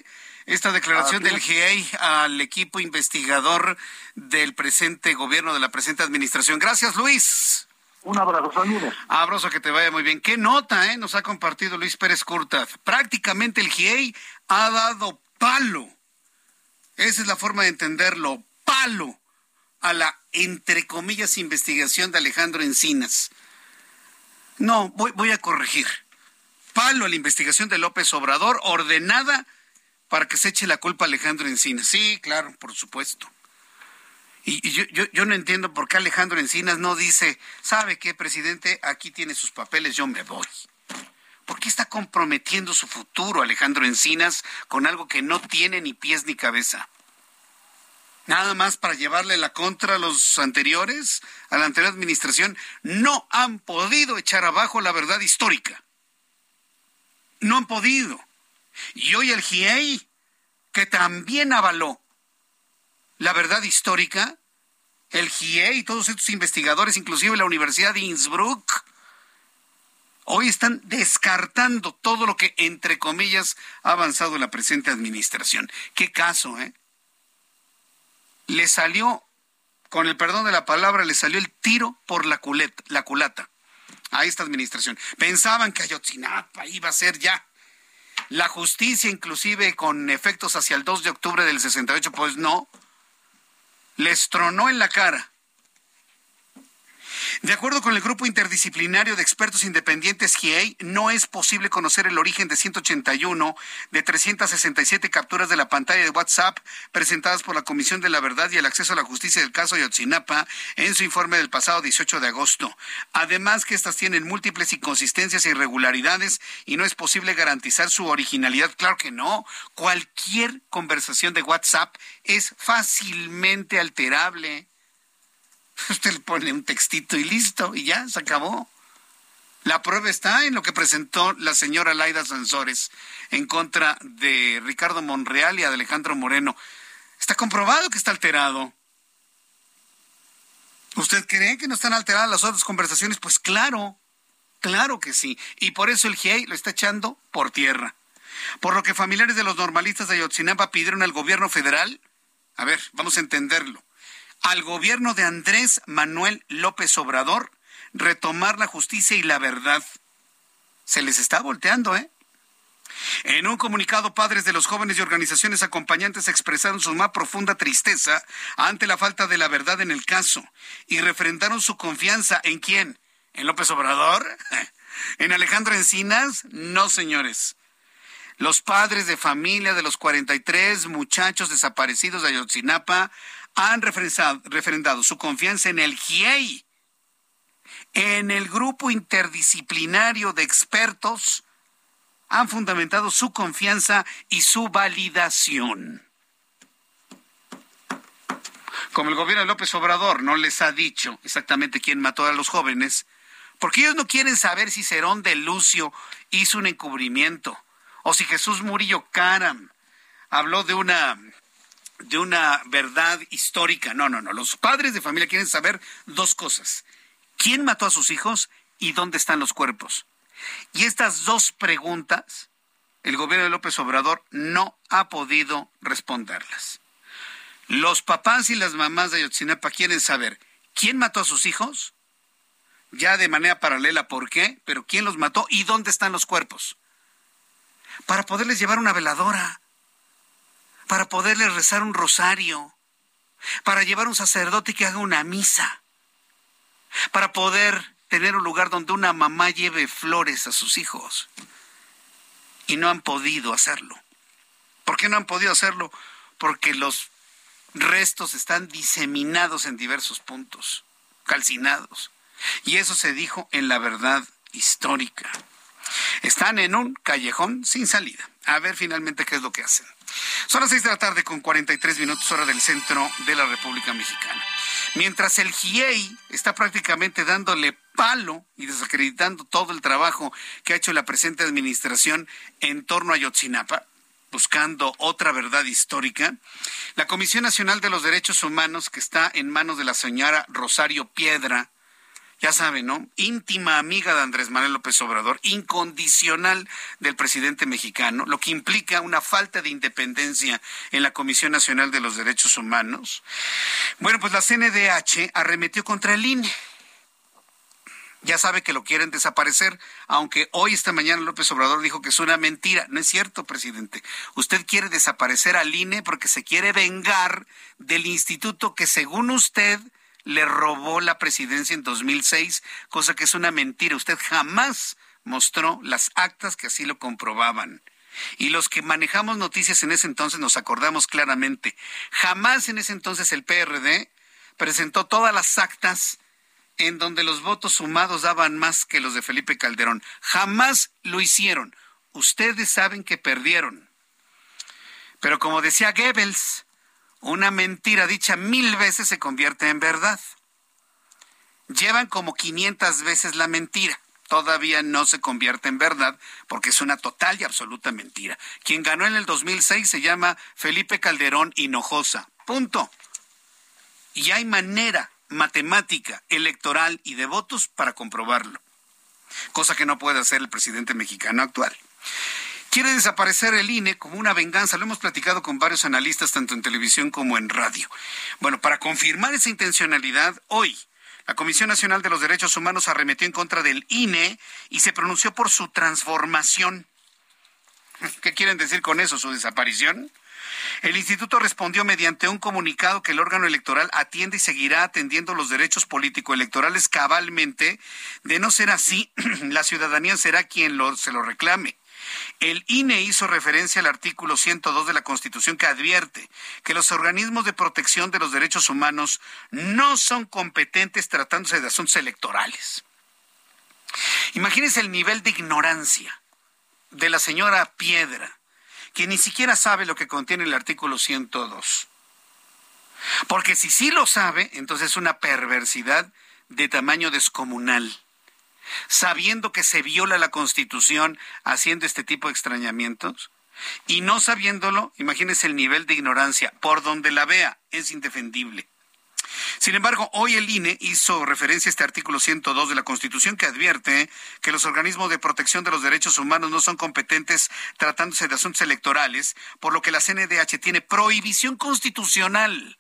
esta declaración Así del G I E I al equipo investigador del presente gobierno, de la presente administración. Gracias, Luis. Un abrazo, saludos. Abrazo, que te vaya muy bien. ¿Qué nota eh, nos ha compartido Luis Pérez Curtaz? Prácticamente el G I E I ha dado palo. Esa es la forma de entenderlo, palo a la, entre comillas, investigación de Alejandro Encinas. No, voy, voy a corregir. Palo a la investigación de López Obrador, ordenada para que se eche la culpa a Alejandro Encinas. Sí, claro, por supuesto. Y, y yo, yo, yo no entiendo por qué Alejandro Encinas no dice, ¿sabe qué, presidente? Aquí tiene sus papeles, yo me voy. ¿Por qué está comprometiendo su futuro Alejandro Encinas con algo que no tiene ni pies ni cabeza? Nada más para llevarle la contra a los anteriores, a la anterior administración. No han podido echar abajo la verdad histórica. No han podido. Y hoy el G I E I, que también avaló la verdad histórica, el G I E I y todos estos investigadores, inclusive la Universidad de Innsbruck, hoy están descartando todo lo que, entre comillas, ha avanzado la presente administración. Qué caso, ¿eh? Le salió, con el perdón de la palabra, le salió el tiro por la culeta, la culata a esta administración. Pensaban que Ayotzinapa iba a ser ya la justicia, inclusive con efectos hacia el dos de octubre del sesenta y ocho, pues no. Les tronó en la cara. De acuerdo con el grupo interdisciplinario de expertos independientes G I E I, no es posible conocer el origen de ciento ochenta y uno de trescientas sesenta y siete capturas de la pantalla de WhatsApp presentadas por la Comisión de la Verdad y el Acceso a la Justicia del caso Ayotzinapa en su informe del pasado dieciocho de agosto. Además que estas tienen múltiples inconsistencias e irregularidades y no es posible garantizar su originalidad. Claro que no. Cualquier conversación de WhatsApp es fácilmente alterable. Usted le pone un textito y listo, y ya, se acabó. La prueba está en lo que presentó la señora Laida Sansores en contra de Ricardo Monreal y de Alejandro Moreno. Está comprobado que está alterado. ¿Usted cree que no están alteradas las otras conversaciones? Pues claro, claro que sí. Y por eso el G I E I lo está echando por tierra. Por lo que familiares de los normalistas de Ayotzinapa pidieron al gobierno federal, a ver, vamos a entenderlo, al gobierno de Andrés Manuel López Obrador retomar la justicia y la verdad. Se les está volteando, ¿eh? En un comunicado, padres de los jóvenes y organizaciones acompañantes expresaron su más profunda tristeza ante la falta de la verdad en el caso y refrendaron su confianza ¿en quién? ¿En López Obrador? ¿En Alejandro Encinas? No, señores. Los padres de familia de los cuarenta y tres muchachos desaparecidos de Ayotzinapa han refrendado su confianza en el G I E I, en el grupo interdisciplinario de expertos, han fundamentado su confianza y su validación. Como el gobierno de López Obrador no les ha dicho exactamente quién mató a los jóvenes, porque ellos no quieren saber si Cerón de Lucio hizo un encubrimiento, o si Jesús Murillo Caram habló de una... de una verdad histórica. No, no, no. Los padres de familia quieren saber dos cosas. ¿Quién mató a sus hijos y dónde están los cuerpos? Y estas dos preguntas, el gobierno de López Obrador no ha podido responderlas. Los papás y las mamás de Ayotzinapa quieren saber quién mató a sus hijos, ya de manera paralela por qué, pero quién los mató y dónde están los cuerpos, para poderles llevar una veladora, para poderles rezar un rosario, para llevar un sacerdote que haga una misa, para poder tener un lugar donde una mamá lleve flores a sus hijos. Y no han podido hacerlo. ¿Por qué no han podido hacerlo? Porque los restos están diseminados en diversos puntos, calcinados. Y eso se dijo en la verdad histórica. Están en un callejón sin salida. A ver finalmente qué es lo que hacen. Son las seis de la tarde con cuarenta y tres minutos, hora del centro de la República Mexicana. Mientras el G I E I está prácticamente dándole palo y desacreditando todo el trabajo que ha hecho la presente administración en torno a Ayotzinapa, buscando otra verdad histórica, la Comisión Nacional de los Derechos Humanos, que está en manos de la señora Rosario Piedra, ya saben, ¿no? Íntima amiga de Andrés Manuel López Obrador, incondicional del presidente mexicano, lo que implica una falta de independencia en la Comisión Nacional de los Derechos Humanos. Bueno, pues la C N D H arremetió contra el I N E. Ya sabe que lo quieren desaparecer, aunque hoy, esta mañana, López Obrador dijo que es una mentira. No es cierto, presidente. Usted quiere desaparecer al I N E porque se quiere vengar del instituto que, según usted, le robó la presidencia en dos mil seis, cosa que es una mentira. Usted jamás mostró las actas que así lo comprobaban. Y los que manejamos noticias en ese entonces nos acordamos claramente. Jamás en ese entonces el P R D presentó todas las actas en donde los votos sumados daban más que los de Felipe Calderón. Jamás lo hicieron. Ustedes saben que perdieron. Pero como decía Goebbels, una mentira dicha mil veces se convierte en verdad. Llevan como quinientas veces la mentira. Todavía no se convierte en verdad porque es una total y absoluta mentira. Quien ganó en el dos mil seis se llama Felipe Calderón Hinojosa. Punto. Y hay manera matemática, electoral y de votos para comprobarlo. Cosa que no puede hacer el presidente mexicano actual. Quiere desaparecer el I N E como una venganza. Lo hemos platicado con varios analistas, tanto en televisión como en radio. Bueno, para confirmar esa intencionalidad, hoy la Comisión Nacional de los Derechos Humanos arremetió en contra del I N E y se pronunció por su transformación. ¿Qué quieren decir con eso? ¿Su desaparición? El instituto respondió mediante un comunicado que el órgano electoral atiende y seguirá atendiendo los derechos político-electorales cabalmente. De no ser así, la ciudadanía será quien lo, se lo reclame. El I N E hizo referencia al artículo ciento dos de la Constitución que advierte que los organismos de protección de los derechos humanos no son competentes tratándose de asuntos electorales. Imagínense el nivel de ignorancia de la señora Piedra, que ni siquiera sabe lo que contiene el artículo ciento dos. Porque si sí lo sabe, entonces es una perversidad de tamaño descomunal. Sabiendo que se viola la Constitución haciendo este tipo de extrañamientos, y no sabiéndolo, imagínese el nivel de ignorancia. Por donde la vea, es indefendible. Sin embargo, hoy el I N E hizo referencia a este artículo ciento dos de la Constitución que advierte que los organismos de protección de los derechos humanos no son competentes tratándose de asuntos electorales, por lo que la C N D H tiene prohibición constitucional.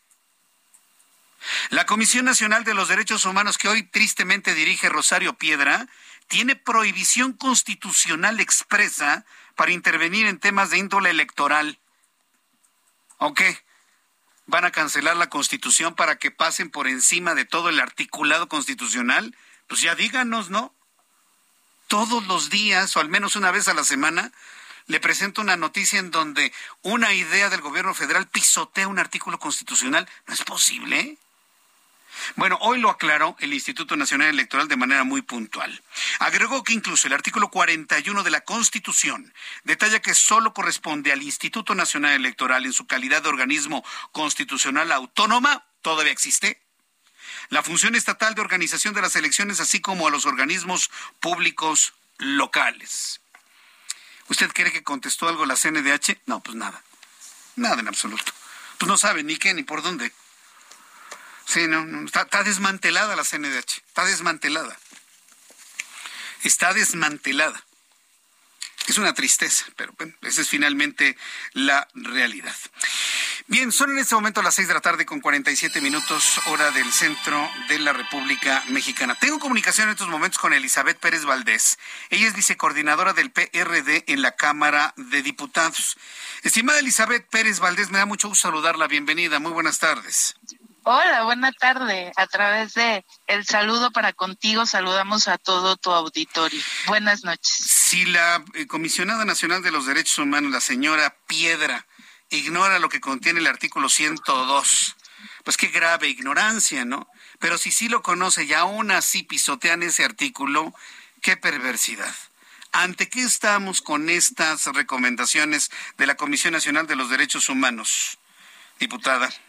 La Comisión Nacional de los Derechos Humanos, que hoy tristemente dirige Rosario Piedra, tiene prohibición constitucional expresa para intervenir en temas de índole electoral. ¿O qué? ¿Van a cancelar la Constitución para que pasen por encima de todo el articulado constitucional? Pues ya díganos, ¿no? Todos los días, o al menos una vez a la semana, le presento una noticia en donde una idea del gobierno federal pisotea un artículo constitucional. ¿No es posible, eh? Bueno, hoy lo aclaró el Instituto Nacional Electoral de manera muy puntual. Agregó que incluso el artículo cuarenta y uno de la Constitución detalla que solo corresponde al Instituto Nacional Electoral en su calidad de organismo constitucional autónoma, todavía existe, la función estatal de organización de las elecciones, así como a los organismos públicos locales. ¿Usted cree que contestó algo la C N D H? No, pues nada. Nada en absoluto. Pues no sabe ni qué ni por dónde. Sí, no, no está, está desmantelada la C N D H, está desmantelada. Está desmantelada. Es una tristeza, pero bueno, esa es finalmente la realidad. Bien, son en este momento las seis de la tarde con cuarenta y siete minutos, hora del centro de la República Mexicana. Tengo comunicación en estos momentos con Elizabeth Pérez Valdés. Ella es vicecoordinadora del P R D en la Cámara de Diputados. Estimada Elizabeth Pérez Valdés, me da mucho gusto saludarla. Bienvenida, muy buenas tardes. Hola, buena tarde. A través de el saludo para contigo, saludamos a todo tu auditorio. Buenas noches. Si la eh, Comisionada Nacional de los Derechos Humanos, la señora Piedra, ignora lo que contiene el artículo ciento dos, pues qué grave ignorancia, ¿no? Pero si sí lo conoce y aún así pisotean ese artículo, qué perversidad. ¿Ante qué estamos con estas recomendaciones de la Comisión Nacional de los Derechos Humanos, diputada?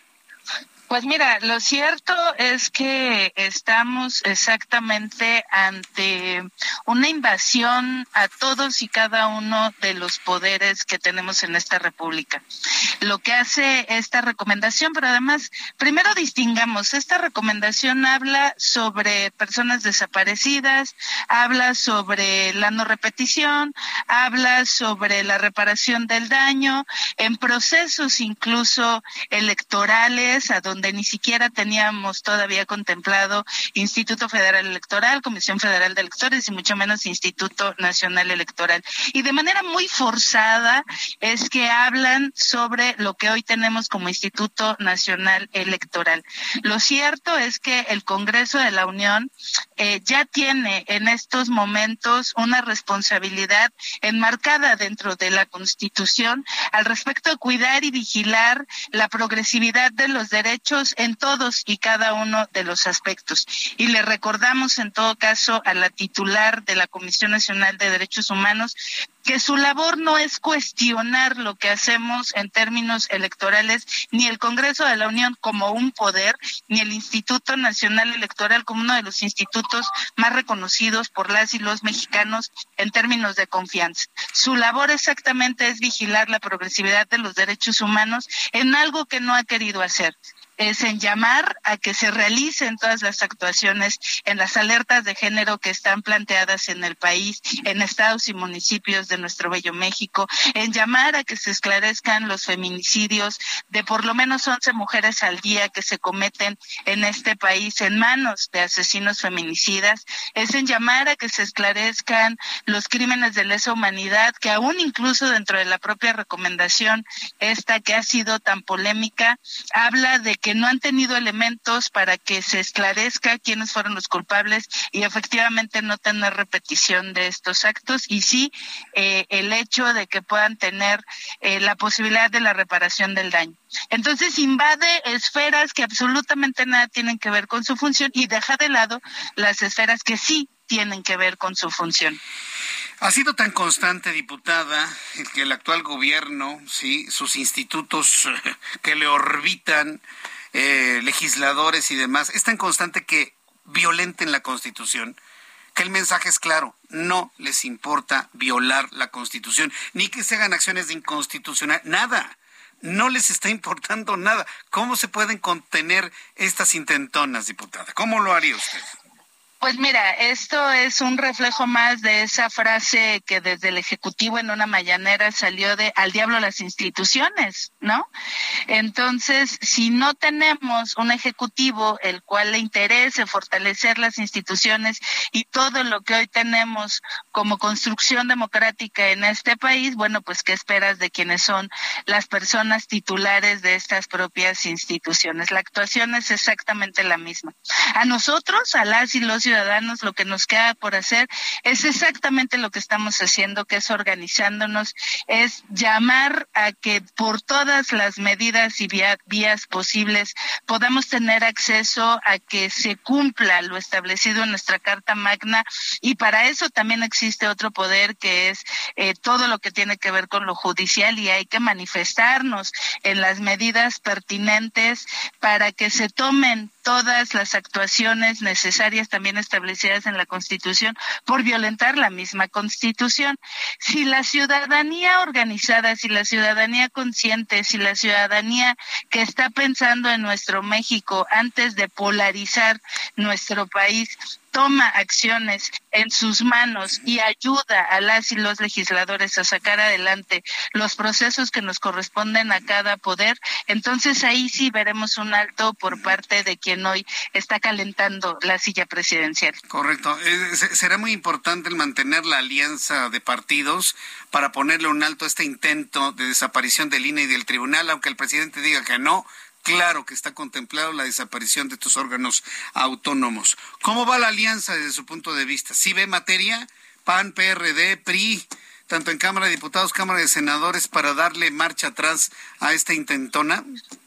Pues mira, lo cierto es que estamos exactamente ante una invasión a todos y cada uno de los poderes que tenemos en esta república. Lo que hace esta recomendación, pero además, primero distingamos, esta recomendación habla sobre personas desaparecidas, habla sobre la no repetición, habla sobre la reparación del daño, en procesos incluso electorales, a donde donde ni siquiera teníamos todavía contemplado Instituto Federal Electoral, Comisión Federal de Electores y mucho menos Instituto Nacional Electoral. Y de manera muy forzada es que hablan sobre lo que hoy tenemos como Instituto Nacional Electoral. Lo cierto es que el Congreso de la Unión eh, ya tiene en estos momentos una responsabilidad enmarcada dentro de la Constitución al respecto de cuidar y vigilar la progresividad de los derechos en todos y cada uno de los aspectos. Y le recordamos en todo caso a la titular de la Comisión Nacional de Derechos Humanos que su labor no es cuestionar lo que hacemos en términos electorales, ni el Congreso de la Unión como un poder, ni el Instituto Nacional Electoral como uno de los institutos más reconocidos por las y los mexicanos en términos de confianza. Su labor exactamente es vigilar la progresividad de los derechos humanos en algo que no ha querido hacer. Es en llamar a que se realicen todas las actuaciones en las alertas de género que están planteadas en el país, en estados y municipios de nuestro bello México, en llamar a que se esclarezcan los feminicidios de por lo menos once mujeres al día que se cometen en este país en manos de asesinos feminicidas, es en llamar a que se esclarezcan los crímenes de lesa humanidad que aún incluso dentro de la propia recomendación esta que ha sido tan polémica, habla de que que no han tenido elementos para que se esclarezca quiénes fueron los culpables y efectivamente no tener repetición de estos actos y sí eh, el hecho de que puedan tener eh, la posibilidad de la reparación del daño. Entonces invade esferas que absolutamente nada tienen que ver con su función y deja de lado las esferas que sí tienen que ver con su función. Ha sido tan constante, diputada, que el actual gobierno, sí, sus institutos que le orbitan, eh, legisladores y demás, es tan constante que violenten la Constitución, que el mensaje es claro, no les importa violar la Constitución, ni que se hagan acciones de inconstitucional, nada. No les está importando nada. ¿Cómo se pueden contener estas intentonas, diputada? ¿Cómo lo haría usted? Pues mira, esto es un reflejo más de esa frase que desde el Ejecutivo en una mañanera salió de al diablo las instituciones, ¿no? Entonces, si no tenemos un Ejecutivo el cual le interese fortalecer las instituciones y todo lo que hoy tenemos como construcción democrática en este país, bueno, pues ¿qué esperas de quienes son las personas titulares de estas propias instituciones? La actuación es exactamente la misma. A nosotros, a las y los ciudadanos, lo que nos queda por hacer es exactamente lo que estamos haciendo, que es organizándonos, es llamar a que por todas las medidas y vía, vías posibles podamos tener acceso a que se cumpla lo establecido en nuestra Carta Magna y para eso también existe otro poder que es eh, todo lo que tiene que ver con lo judicial y hay que manifestarnos en las medidas pertinentes para que se tomen todas las actuaciones necesarias también establecidas en la Constitución por violentar la misma Constitución. Si la ciudadanía organizada, si la ciudadanía consciente, si la ciudadanía que está pensando en nuestro México antes de polarizar nuestro país, toma acciones en sus manos y ayuda a las y los legisladores a sacar adelante los procesos que nos corresponden a cada poder, entonces ahí sí veremos un alto por parte de quien hoy está calentando la silla presidencial. Correcto. Eh, será muy importante el mantener la alianza de partidos para ponerle un alto a este intento de desaparición del I N E y del tribunal, aunque el presidente diga que no. Claro que está contemplado la desaparición de estos órganos autónomos. ¿Cómo va la alianza desde su punto de vista? ¿Sí ve materia? P A N, P R D, P R I, tanto en Cámara de Diputados, Cámara de Senadores, para darle marcha atrás a esta intentona.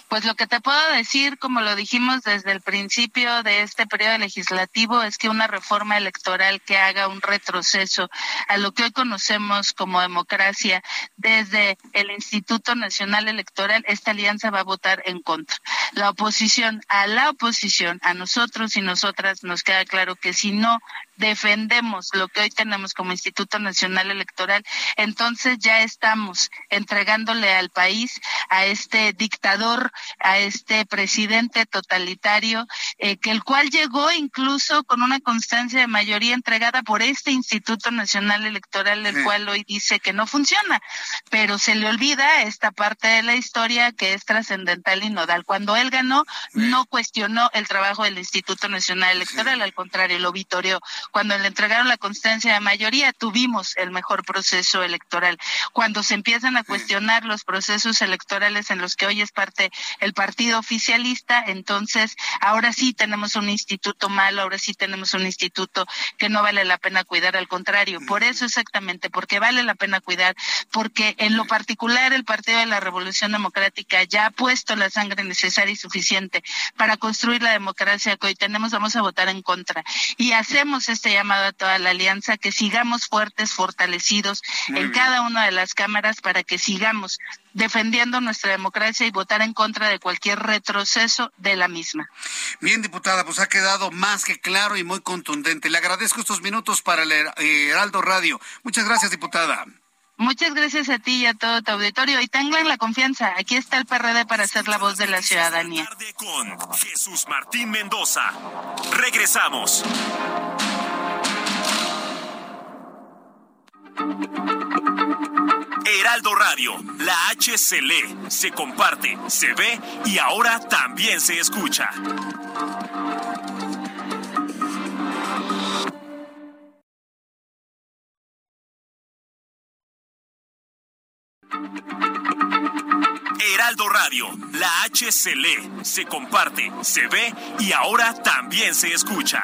Pues lo que te puedo decir, como lo dijimos desde el principio de este periodo legislativo, es que una reforma electoral que haga un retroceso a lo que hoy conocemos como democracia desde el Instituto Nacional Electoral, esta alianza va a votar en contra. La oposición, a la oposición, a nosotros y nosotras nos queda claro que si no defendemos lo que hoy tenemos como Instituto Nacional Electoral, entonces ya estamos entregándole al país a este dictador, a este presidente totalitario, eh, que el cual llegó incluso con una constancia de mayoría entregada por este Instituto Nacional Electoral, el sí. cual hoy dice que no funciona, pero se le olvida esta parte de la historia que es trascendental y nodal. Cuando él ganó, sí. no cuestionó el trabajo del Instituto Nacional Electoral, sí. al contrario, lo vitoreó. Cuando le entregaron la constancia de mayoría, tuvimos el mejor proceso electoral. Cuando se empiezan a cuestionar los procesos electorales en los que hoy es parte el partido oficialista, entonces ahora sí tenemos un instituto malo, ahora sí tenemos un instituto que no vale la pena cuidar, al contrario. Por eso exactamente, porque vale la pena cuidar, porque en lo particular el Partido de la Revolución Democrática ya ha puesto la sangre necesaria y suficiente para construir la democracia que hoy tenemos. Vamos a votar en contra. Y hacemos este llamado a toda la alianza, que sigamos fuertes, fortalecidos Muy en bien. cada una de las cámaras para que sigamos defendiendo nuestra democracia y votar en contra de cualquier retroceso de la misma. Bien, diputada, pues ha quedado más que claro y muy contundente. Le agradezco estos minutos para el Heraldo Radio. Muchas gracias, diputada. Muchas gracias a ti y a todo tu auditorio, y tengan la confianza, aquí está el P R D para ser la voz de la ciudadanía. Con Jesús Martín Mendoza. Regresamos. Heraldo Radio, la H se lee, se comparte, se ve y ahora también se escucha. Heraldo Radio, la H se lee, se comparte, se ve y ahora también se escucha.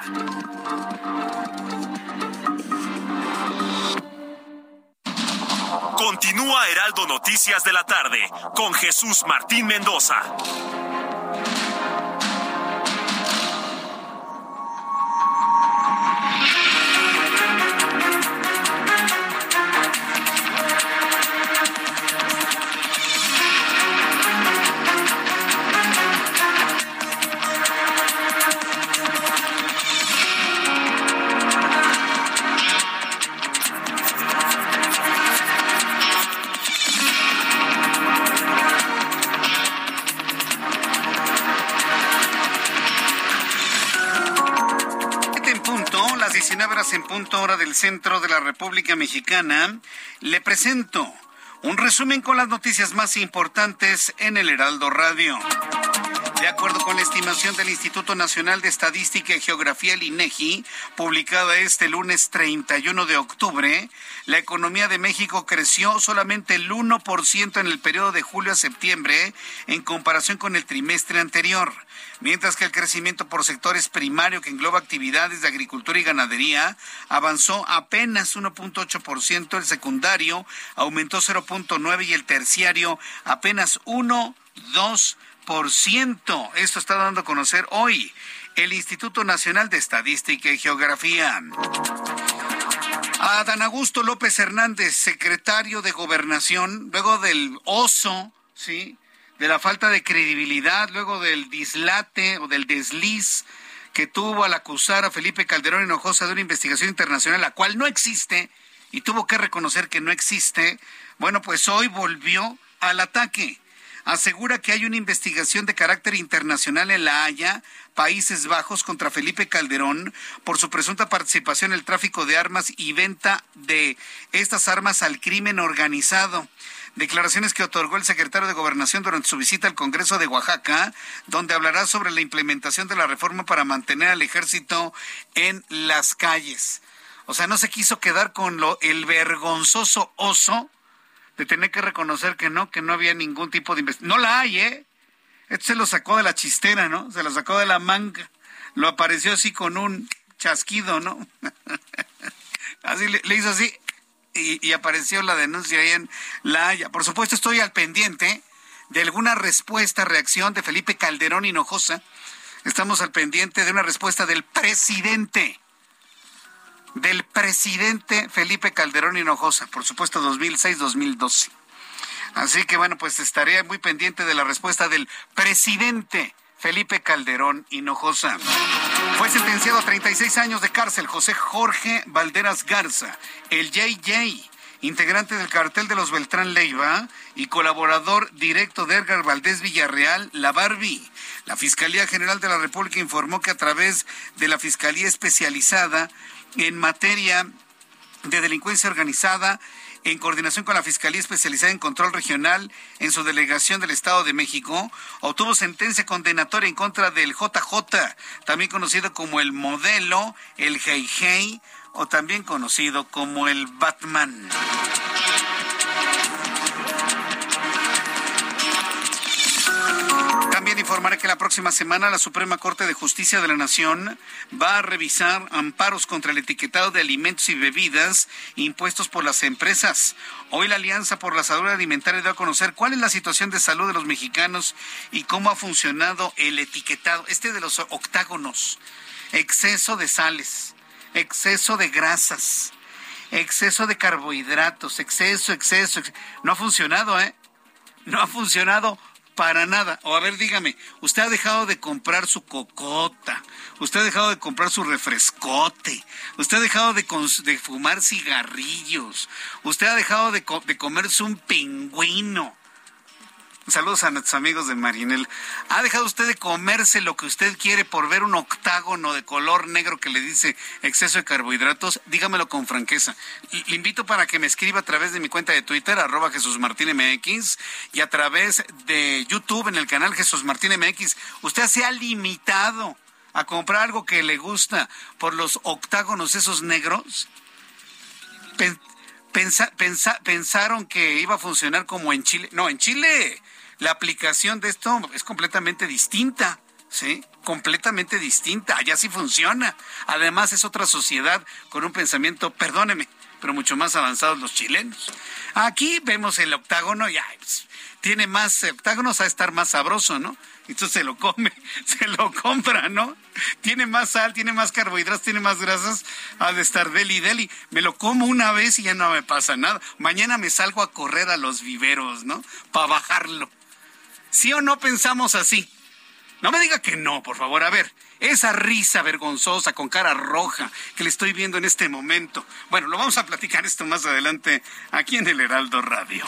Continúa Heraldo Noticias de la tarde con Jesús Martín Mendoza. En punto hora del centro de la República Mexicana, le presento un resumen con las noticias más importantes en el Heraldo Radio. De acuerdo con la estimación del Instituto Nacional de Estadística y Geografía, el INEGI, publicada este lunes treinta y uno de octubre, la economía de México creció solamente el uno por ciento en el periodo de julio a septiembre en comparación con el trimestre anterior, mientras que el crecimiento por sectores primario, que engloba actividades de agricultura y ganadería, avanzó apenas uno punto ocho por ciento, el secundario aumentó cero punto nueve por ciento y el terciario apenas uno punto dos por ciento. Esto está dando a conocer hoy el Instituto Nacional de Estadística y Geografía. A Adán Augusto López Hernández, secretario de Gobernación, luego del oso, ¿sí?, de la falta de credibilidad, luego del dislate o del desliz que tuvo al acusar a Felipe Calderón Hinojosa de una investigación internacional, la cual no existe, y tuvo que reconocer que no existe. Bueno, pues hoy volvió al ataque. Asegura que hay una investigación de carácter internacional en La Haya, Países Bajos, contra Felipe Calderón por su presunta participación en el tráfico de armas y venta de estas armas al crimen organizado. Declaraciones que otorgó el secretario de Gobernación durante su visita al Congreso de Oaxaca, donde hablará sobre la implementación de la reforma para mantener al ejército en las calles. O sea, no se quiso quedar con lo el vergonzoso oso de tener que reconocer que no, que no había ningún tipo de investigación. No la hay, ¿eh? Esto se lo sacó de la chistera, ¿no? Se lo sacó de la manga. Lo apareció así con un chasquido, ¿no? Así le, le hizo así y, y apareció la denuncia ahí en La Haya. Por supuesto, estoy al pendiente de alguna respuesta, reacción de Felipe Calderón Hinojosa. Estamos al pendiente de una respuesta del presidente, del presidente Felipe Calderón Hinojosa, por supuesto dos mil seis dos mil doce. Así que bueno, pues estaré muy pendiente de la respuesta del presidente Felipe Calderón Hinojosa. Fue sentenciado a treinta y seis años de cárcel José Jorge Valderas Garza, el J J, integrante del cartel de los Beltrán Leiva y colaborador directo de Edgar Valdés Villarreal, la Barbie. La Fiscalía General de la República informó que a través de la Fiscalía Especializada en materia de delincuencia organizada, en coordinación con la Fiscalía Especializada en Control Regional en su delegación del Estado de México, obtuvo sentencia condenatoria en contra del J J, también conocido como el Modelo, el Hey Hey, o también conocido como el Batman. También informaré que la próxima semana la Suprema Corte de Justicia de la Nación va a revisar amparos contra el etiquetado de alimentos y bebidas impuestos por las empresas. Hoy la Alianza por la Salud Alimentaria dio a conocer cuál es la situación de salud de los mexicanos y cómo ha funcionado el etiquetado, este de los octágonos. Exceso de sales, exceso de grasas, exceso de carbohidratos, exceso, exceso, exceso. No ha funcionado, ¿eh? No ha funcionado para nada. O a ver, dígame, usted ha dejado de comprar su cocota, usted ha dejado de comprar su refrescote, usted ha dejado de, de fumar cigarrillos, usted ha dejado de, co de comerse un pingüino. Saludos a nuestros amigos de Marinel. ¿Ha dejado usted de comerse lo que usted quiere por ver un octágono de color negro que le dice exceso de carbohidratos? Dígamelo con franqueza. Le invito para que me escriba a través de mi cuenta de Twitter, arroba Jesús Martín M X, y a través de YouTube en el canal Jesús Martín M X. Usted se ha limitado a comprar algo que le gusta por los octágonos esos negros. Pensa, pensa, pensaron que iba a funcionar como en Chile. No, en Chile la aplicación de esto es completamente distinta, ¿sí? Completamente distinta. Allá sí funciona. Además es otra sociedad con un pensamiento, perdóneme, pero mucho más avanzados los chilenos. Aquí vemos el octágono y ay, pues, tiene más octágonos, a estar más sabroso, ¿no? Entonces se lo come, se lo compra, ¿no? Tiene más sal, tiene más carbohidratos, tiene más grasas, ha de estar deli, deli. Me lo como una vez y ya no me pasa nada. Mañana me salgo a correr a los viveros, ¿no? Para bajarlo. ¿Sí o no pensamos así? No me diga que no, por favor. A ver, esa risa vergonzosa con cara roja que le estoy viendo en este momento. Bueno, lo vamos a platicar esto más adelante aquí en el Heraldo Radio.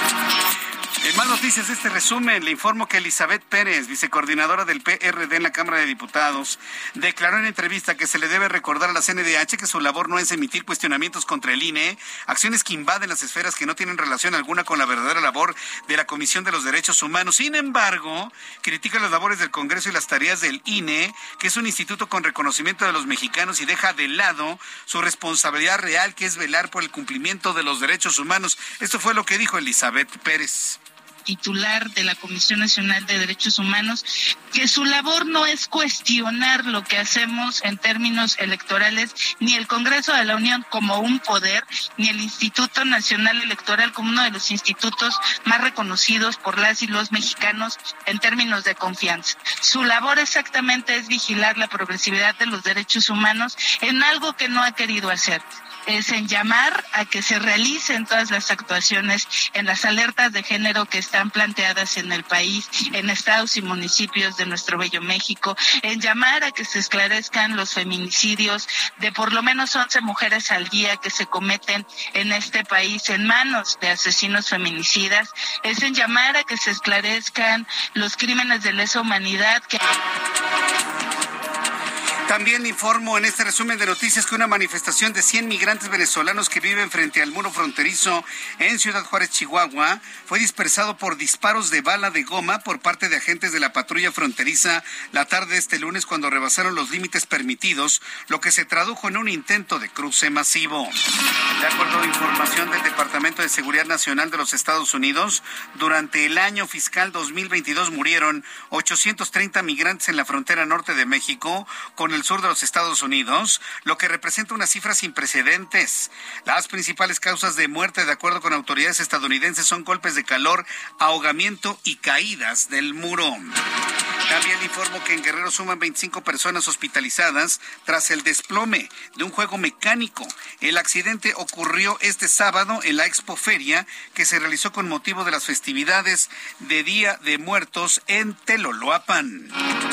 En más noticias de este resumen, le informo que Elizabeth Pérez, vicecoordinadora del P R D en la Cámara de Diputados, declaró en entrevista que se le debe recordar a la C N D H que su labor no es emitir cuestionamientos contra el I N E, acciones que invaden las esferas que no tienen relación alguna con la verdadera labor de la Comisión de los Derechos Humanos. Sin embargo, critica las labores del Congreso y las tareas del I N E, que es un instituto con reconocimiento de los mexicanos, y deja de lado su responsabilidad real, que es velar por el cumplimiento de los derechos humanos. Esto fue lo que dijo Elizabeth Pérez, titular de la Comisión Nacional de Derechos Humanos, que su labor no es cuestionar lo que hacemos en términos electorales, ni el Congreso de la Unión como un poder, ni el Instituto Nacional Electoral como uno de los institutos más reconocidos por las y los mexicanos en términos de confianza. Su labor exactamente es vigilar la progresividad de los derechos humanos en algo que no ha querido hacer. Es en llamar a que se realicen todas las actuaciones en las alertas de género que están planteadas en el país, en estados y municipios de nuestro bello México, en llamar a que se esclarezcan los feminicidios de por lo menos once mujeres al día que se cometen en este país en manos de asesinos feminicidas, es en llamar a que se esclarezcan los crímenes de lesa humanidad que... También informo en este resumen de noticias que una manifestación de cien migrantes venezolanos que viven frente al muro fronterizo en Ciudad Juárez, Chihuahua, fue dispersado por disparos de bala de goma por parte de agentes de la patrulla fronteriza la tarde de este lunes, cuando rebasaron los límites permitidos, lo que se tradujo en un intento de cruce masivo. De acuerdo a información del Departamento de Seguridad Nacional de los Estados Unidos, durante el año fiscal dos mil veintidós murieron ochocientos treinta migrantes en la frontera norte de México, con el sur de los Estados Unidos, lo que representa una cifra sin precedentes. Las principales causas de muerte, de acuerdo con autoridades estadounidenses, son golpes de calor, ahogamiento y caídas del muro. También informo que en Guerrero suman veinticinco personas hospitalizadas tras el desplome de un juego mecánico. El accidente ocurrió este sábado en la Expoferia, que se realizó con motivo de las festividades de Día de Muertos en Teloloapan.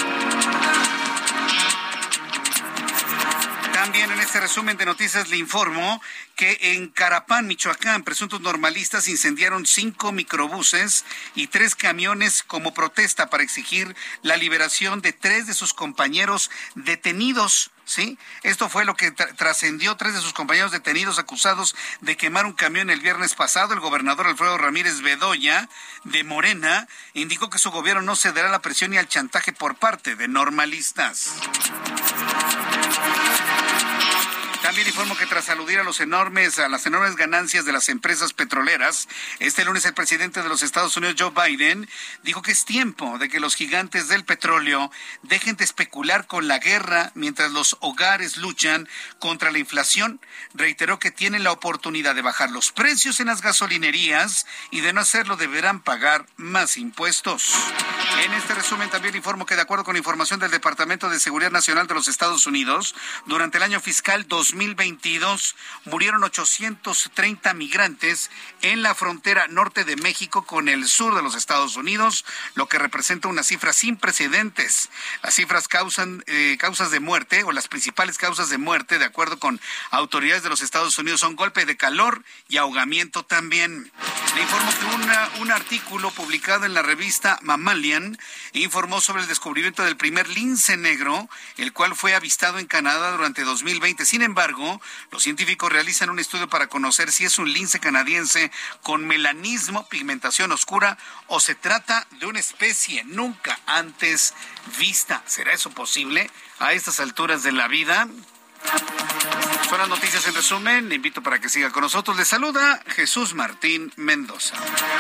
También en este resumen de noticias le informo que en Carapán, Michoacán, presuntos normalistas incendiaron cinco microbuses y tres camiones como protesta para exigir la liberación de tres de sus compañeros detenidos. ¿Sí? Esto fue lo que tra- trascendió. Tres de sus compañeros detenidos acusados de quemar un camión el viernes pasado. El gobernador Alfredo Ramírez Bedoya, de Morena, indicó que su gobierno no cederá a la presión ni al chantaje por parte de normalistas. También informo que tras aludir a los enormes, a las enormes ganancias de las empresas petroleras, este lunes el presidente de los Estados Unidos, Joe Biden, dijo que es tiempo de que los gigantes del petróleo dejen de especular con la guerra mientras los hogares luchan contra la inflación. Reiteró que tienen la oportunidad de bajar los precios en las gasolinerías y de no hacerlo deberán pagar más impuestos. En este resumen también informo que de acuerdo con información del Departamento de Seguridad Nacional de los Estados Unidos, durante el año fiscal dos mil veintidós murieron ochocientos treinta migrantes en la frontera norte de México con el sur de los Estados Unidos, lo que representa una cifra sin precedentes. Las cifras causan eh, causas de muerte o las principales causas de muerte, de acuerdo con autoridades de los Estados Unidos, son golpe de calor y ahogamiento también. Le informo que una, un artículo publicado en la revista Mammalian informó sobre el descubrimiento del primer lince negro, el cual fue avistado en Canadá durante dos mil veinte. Sin embargo, los científicos realizan un estudio para conocer si es un lince canadiense con melanismo, pigmentación oscura, o se trata de una especie nunca antes vista. ¿Será eso posible a estas alturas de la vida? Son las noticias en resumen. Le invito para que siga con nosotros. Le saluda Jesús Martín Mendoza.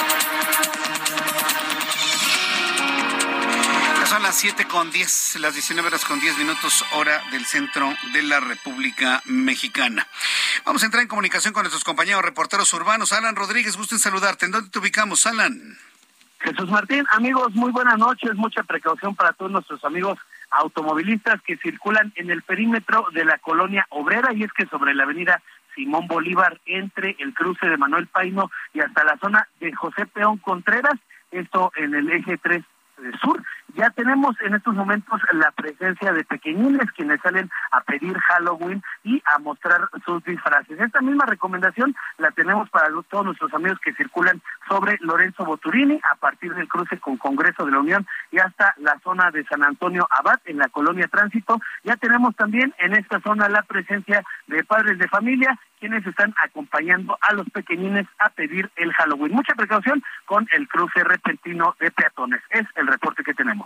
Son las siete con diez, las diecinueve horas con diez minutos, hora del centro de la República Mexicana. Vamos a entrar en comunicación con nuestros compañeros reporteros urbanos. Alan Rodríguez, gusto en saludarte. ¿En dónde te ubicamos, Alan? Jesús Martín, amigos, muy buenas noches. Mucha precaución para todos nuestros amigos automovilistas que circulan en el perímetro de la colonia obrera, y es que sobre la avenida Simón Bolívar, entre el cruce de Manuel Paino y hasta la zona de José Peón Contreras, esto en el eje tres sur, ya tenemos en estos momentos la presencia de pequeñines quienes salen a pedir Halloween y a mostrar sus disfraces. Esta misma recomendación la tenemos para todos nuestros amigos que circulan sobre Lorenzo Boturini a partir del cruce con Congreso de la Unión y hasta la zona de San Antonio Abad en la colonia Tránsito. Ya tenemos también en esta zona la presencia de padres de familia quienes están acompañando a los pequeñines a pedir el Halloween. Mucha precaución con el cruce repentino de peatones. Es el reporte que tenemos.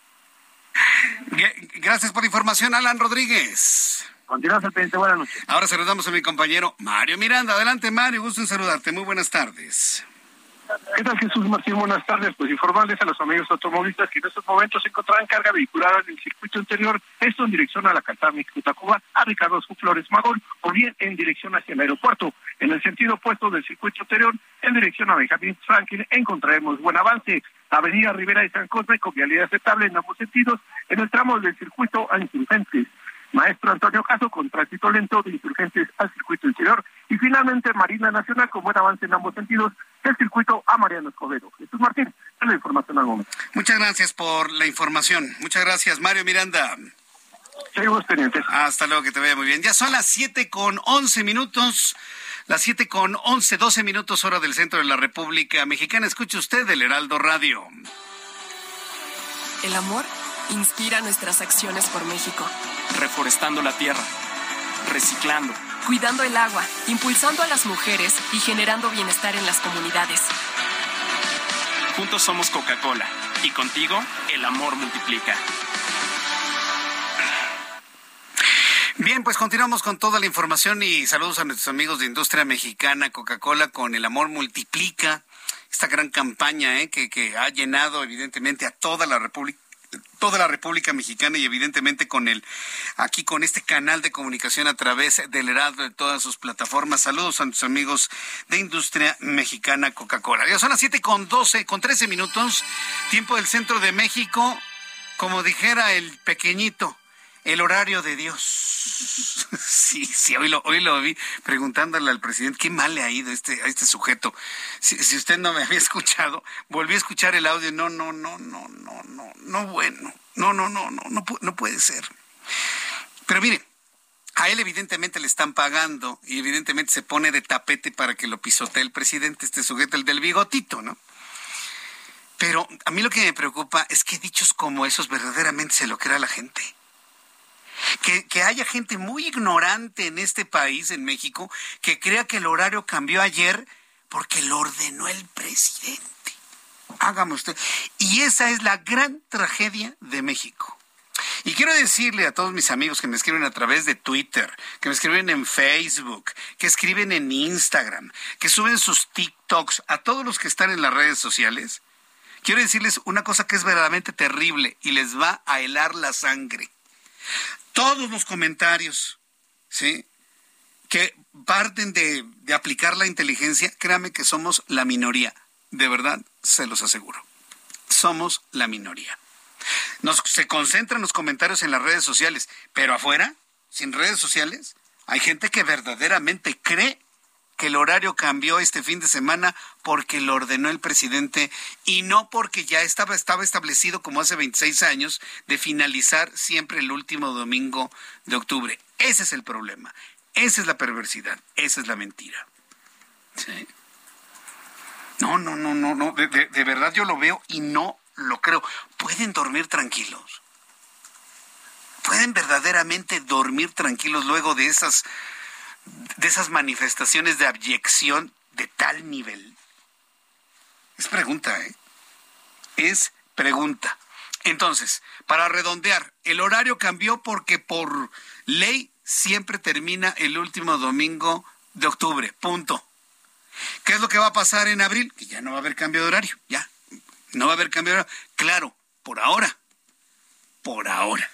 Gracias por la información, Alan Rodríguez. Continuamos al pendiente. Buenas noches. Ahora saludamos a mi compañero Mario Miranda. Adelante, Mario. Gusto en saludarte. Muy buenas tardes. ¿Qué tal, Jesús Martín? Buenas tardes. Pues informarles a los amigos automovilistas que en estos momentos se encontrarán carga vehicular en el circuito interior, esto en dirección a la calzada Mixco-Tacuba, a Ricardo Flores Magón, o bien en dirección hacia el aeropuerto. En el sentido opuesto del circuito interior, en dirección a Benjamín Franklin, encontraremos buen avance. Avenida Rivera de San Cosme, con vialidad aceptable en ambos sentidos, en el tramo del circuito a Insurgentes. Maestro Antonio Caso, con tránsito lento de Insurgentes al circuito interior. Y finalmente, Marina Nacional, con buen avance en ambos sentidos, del circuito a Mariano Escobedo. Jesús Martín, es la información al momento. Muchas gracias por la información. Muchas gracias, Mario Miranda. Seguimos pendientes. Hasta luego, que te vaya muy bien. Ya son las siete con once minutos. Las siete con once, doce minutos, hora del centro de la República Mexicana. Escuche usted el Heraldo Radio. El amor inspira nuestras acciones por México. Reforestando la tierra, reciclando, cuidando el agua, impulsando a las mujeres y generando bienestar en las comunidades. Juntos somos Coca-Cola y contigo el amor multiplica. Bien, pues continuamos con toda la información y saludos a nuestros amigos de Industria Mexicana, Coca-Cola con el amor multiplica. Esta gran campaña eh, que, que ha llenado evidentemente a toda la República toda la República Mexicana y evidentemente con el aquí con este canal de comunicación a través del Heraldo de todas sus plataformas. Saludos a nuestros amigos de Industria Mexicana Coca-Cola. Ya son las siete con doce, con trece minutos, tiempo del centro de México, como dijera el pequeñito, el horario de Dios. Sí, sí, hoy lo, hoy lo vi preguntándole al presidente, qué mal le ha ido este, a este sujeto. Si, si usted no me había escuchado, volví a escuchar el audio, no, no, no, no, no, no, no, bueno, no, no, no, no, no, no puede ser. Pero mire, a él evidentemente le están pagando y evidentemente se pone de tapete para que lo pisotee el presidente, este sujeto, el del bigotito, ¿no? Pero a mí lo que me preocupa es que dichos como esos verdaderamente se lo crea la gente. Que, que haya gente muy ignorante en este país, en México, que crea que el horario cambió ayer porque lo ordenó el presidente. Hágame usted. Y esa es la gran tragedia de México. Y quiero decirle a todos mis amigos que me escriben a través de Twitter, que me escriben en Facebook, que escriben en Instagram, que suben sus TikToks, a todos los que están en las redes sociales, quiero decirles una cosa que es verdaderamente terrible y les va a helar la sangre. Todos los comentarios, ¿sí?, que parten de, de aplicar la inteligencia, créanme que somos la minoría. De verdad, se los aseguro. Somos la minoría. Nos, se concentran los comentarios en las redes sociales, pero afuera, sin redes sociales, hay gente que verdaderamente cree que el horario cambió este fin de semana porque lo ordenó el presidente y no porque ya estaba, estaba establecido como hace veintiséis años de finalizar siempre el último domingo de octubre. Ese es el problema, esa es la perversidad, esa es la mentira. ¿Sí? No, no, no, no, no, de, de, de verdad yo lo veo y no lo creo. ¿Pueden dormir tranquilos? ¿Pueden verdaderamente dormir tranquilos luego de esas... de esas manifestaciones de abyección de tal nivel? Es pregunta, ¿eh? Es pregunta. Entonces, para redondear, el horario cambió porque por ley siempre termina el último domingo de octubre, punto. ¿Qué es lo que va a pasar en abril? Que ya no va a haber cambio de horario, ya, no va a haber cambio de horario. Claro, por ahora, por ahora,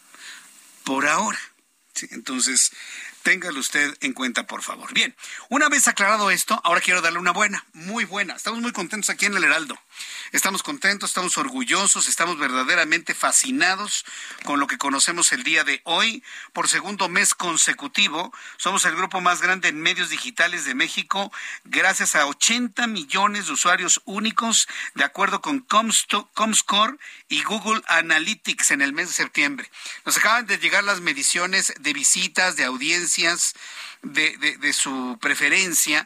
por ahora. Sí, entonces... téngalo usted en cuenta, por favor. Bien, una vez aclarado esto, ahora quiero darle una buena, muy buena. Estamos muy contentos aquí en el Heraldo. Estamos contentos, estamos orgullosos, estamos verdaderamente fascinados con lo que conocemos el día de hoy. Por segundo mes consecutivo, somos el grupo más grande en medios digitales de México, gracias a ochenta millones de usuarios únicos, de acuerdo con Comscore y Google Analytics en el mes de septiembre. Nos acaban de llegar las mediciones de visitas, de audiencias, de, de, de su preferencia,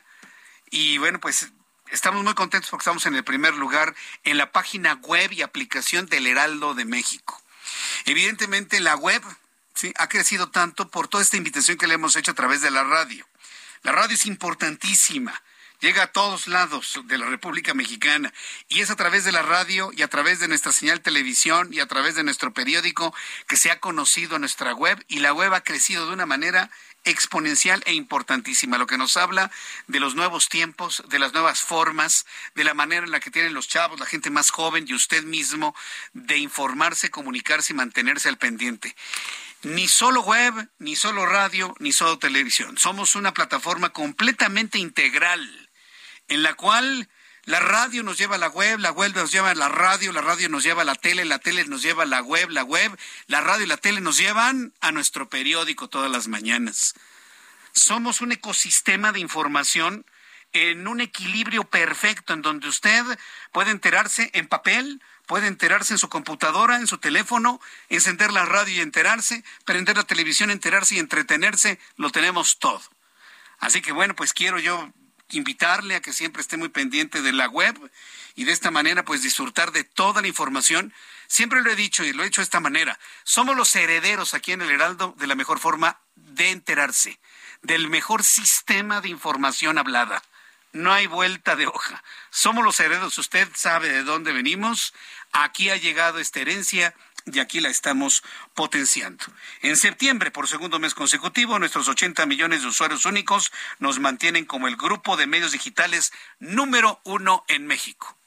y bueno, pues estamos muy contentos porque estamos en el primer lugar en la página web y aplicación del Heraldo de México. Evidentemente la web, ¿sí?, ha crecido tanto por toda esta invitación que le hemos hecho a través de la radio. La radio es importantísima. Llega a todos lados de la República Mexicana y es a través de la radio y a través de nuestra señal televisión y a través de nuestro periódico que se ha conocido nuestra web, y la web ha crecido de una manera exponencial e importantísima, lo que nos habla de los nuevos tiempos, de las nuevas formas, de la manera en la que tienen los chavos, la gente más joven y usted mismo de informarse, comunicarse y mantenerse al pendiente. Ni solo web, ni solo radio, ni solo televisión. Somos una plataforma completamente integral, en la cual la radio nos lleva a la web, la web nos lleva a la radio, la radio nos lleva a la tele, la tele nos lleva a la web, la web, la radio y la tele nos llevan a nuestro periódico todas las mañanas. Somos un ecosistema de información en un equilibrio perfecto, en donde usted puede enterarse en papel, puede enterarse en su computadora, en su teléfono, encender la radio y enterarse, prender la televisión, enterarse y entretenerse, lo tenemos todo. Así que bueno, pues quiero yo invitarle a que siempre esté muy pendiente de la web y de esta manera pues disfrutar de toda la información. Siempre lo he dicho y lo he hecho de esta manera, somos los herederos aquí en el Heraldo de la mejor forma de enterarse, del mejor sistema de información hablada. No hay vuelta de hoja. Somos los herederos, usted sabe de dónde venimos, aquí ha llegado esta herencia y aquí la estamos potenciando. En septiembre, por segundo mes consecutivo, nuestros ochenta millones de usuarios únicos nos mantienen como el grupo de medios digitales número uno en México.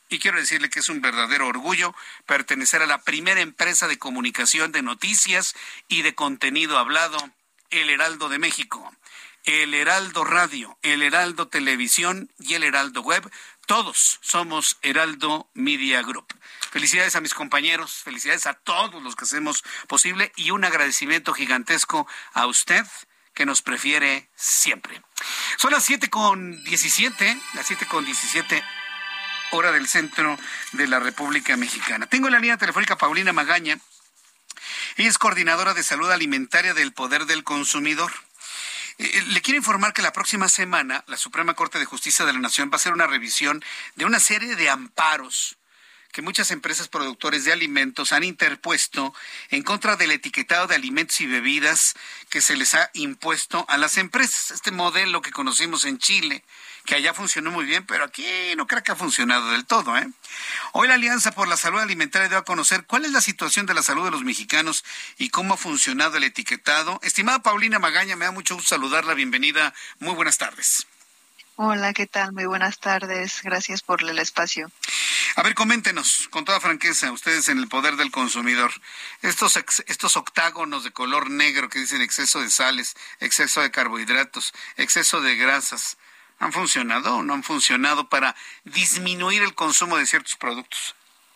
Y quiero decirle que es un verdadero orgullo pertenecer a la primera empresa de comunicación de noticias y de contenido hablado, El Heraldo de México, El Heraldo Radio, El Heraldo Televisión y El Heraldo Web. Todos somos Heraldo Media Group. Felicidades a mis compañeros, felicidades a todos los que hacemos posible y un agradecimiento gigantesco a usted que nos prefiere siempre. Son las siete con diecisiete, las siete con diecisiete, hora del centro de la República Mexicana. Tengo en la línea telefónica a Paulina Magaña. Ella es coordinadora de salud alimentaria del Poder del Consumidor. Eh, le quiero informar que la próxima semana la Suprema Corte de Justicia de la Nación va a hacer una revisión de una serie de amparos que muchas empresas productores de alimentos han interpuesto en contra del etiquetado de alimentos y bebidas que se les ha impuesto a las empresas. Este modelo que conocimos en Chile, que allá funcionó muy bien, pero aquí no creo que ha funcionado del todo, ¿eh? Hoy la Alianza por la Salud Alimentaria dio a conocer cuál es la situación de la salud de los mexicanos y cómo ha funcionado el etiquetado. Estimada Paulina Magaña, me da mucho gusto saludarla. Bienvenida. Muy buenas tardes. Hola, ¿qué tal? Muy buenas tardes. Gracias por el espacio. A ver, coméntenos, con toda franqueza, ustedes en el Poder del Consumidor, estos, estos octágonos de color negro que dicen exceso de sales, exceso de carbohidratos, exceso de grasas, ¿han funcionado o no han funcionado para disminuir el consumo de ciertos productos?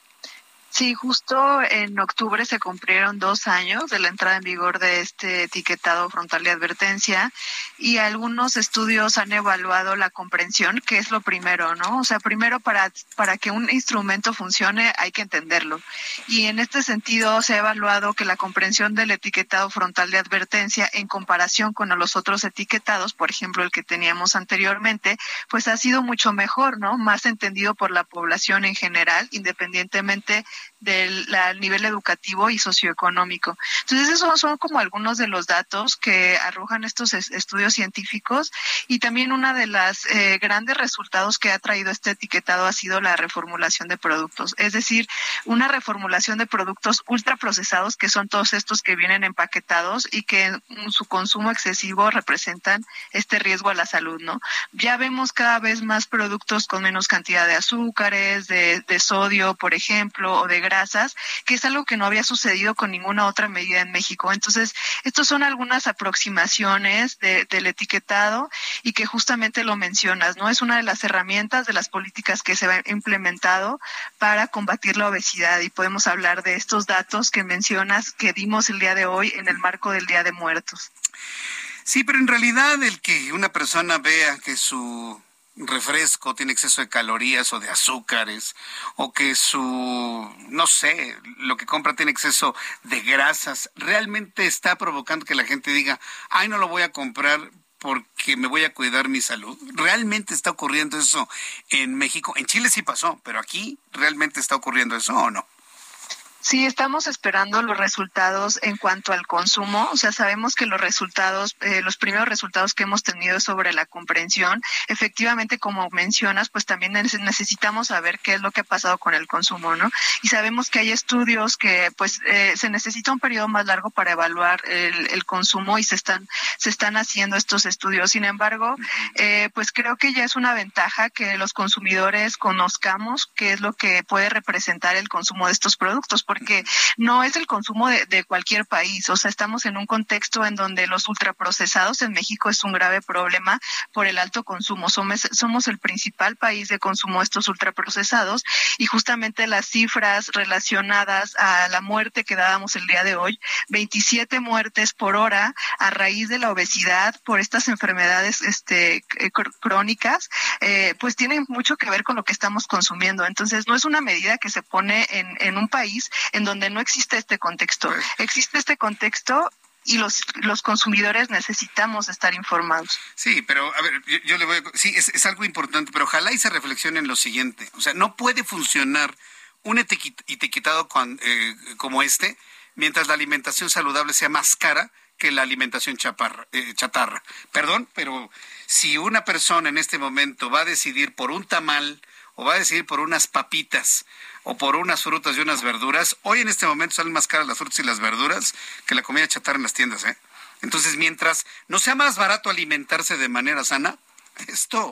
Sí, justo en octubre se cumplieron dos años de la entrada en vigor de este etiquetado frontal de advertencia y algunos estudios han evaluado la comprensión, que es lo primero, ¿no? O sea, primero para, para que un instrumento funcione hay que entenderlo. Y en este sentido se ha evaluado que la comprensión del etiquetado frontal de advertencia en comparación con los otros etiquetados, por ejemplo, el que teníamos anteriormente, pues ha sido mucho mejor, ¿no? Más entendido por la población en general, independientemente del la, nivel educativo y socioeconómico. Entonces, esos son como algunos de los datos que arrojan estos es, estudios científicos y también una de las eh, grandes resultados que ha traído este etiquetado ha sido la reformulación de productos, es decir, una reformulación de productos ultraprocesados que son todos estos que vienen empaquetados y que en su consumo excesivo representan este riesgo a la salud, ¿no? Ya vemos cada vez más productos con menos cantidad de azúcares, de, de sodio, por ejemplo, o de grasas, que es algo que no había sucedido con ninguna otra medida en México. Entonces, estos son algunas aproximaciones de, del etiquetado y que justamente lo mencionas, ¿no? Es una de las herramientas de las políticas que se ha implementado para combatir la obesidad y podemos hablar de estos datos que mencionas que dimos el día de hoy en el marco del Día de Muertos. Sí, pero en realidad el que una persona vea que su refresco tiene exceso de calorías o de azúcares, o que su, no sé, lo que compra tiene exceso de grasas, realmente está provocando que la gente diga, ay, no lo voy a comprar porque me voy a cuidar mi salud. ¿Realmente está ocurriendo eso en México? En Chile sí pasó, pero aquí ¿realmente está ocurriendo eso o no? Sí, estamos esperando los resultados en cuanto al consumo. O sea, sabemos que los resultados, eh, los primeros resultados que hemos tenido sobre la comprensión, efectivamente, como mencionas, pues también necesitamos saber qué es lo que ha pasado con el consumo, ¿no? Y sabemos que hay estudios que, pues, eh, se necesita un periodo más largo para evaluar el, el consumo y se están, se están haciendo estos estudios. Sin embargo, eh, pues creo que ya es una ventaja que los consumidores conozcamos qué es lo que puede representar el consumo de estos productos, porque no es el consumo de, de cualquier país. O sea, estamos en un contexto en donde los ultraprocesados en México es un grave problema por el alto consumo. Somos, somos el principal país de consumo de estos ultraprocesados y justamente las cifras relacionadas a la muerte que dábamos el día de hoy, veintisiete muertes por hora a raíz de la obesidad por estas enfermedades este, crónicas, eh, pues tienen mucho que ver con lo que estamos consumiendo. Entonces, no es una medida que se pone en, en un país en donde no existe este contexto. Existe este contexto y los los consumidores necesitamos estar informados. Sí, pero a ver, yo, yo le voy a... Sí, es, es algo importante, pero ojalá y se reflexione en lo siguiente. O sea, no puede funcionar un etiquetado con, eh, como este mientras la alimentación saludable sea más cara que la alimentación chaparra, eh, chatarra. Perdón, pero si una persona en este momento va a decidir por un tamal o va a decidir por unas papitas o por unas frutas y unas verduras, hoy en este momento salen más caras las frutas y las verduras que la comida chatarra en las tiendas, ¿eh? Entonces, mientras no sea más barato alimentarse de manera sana, esto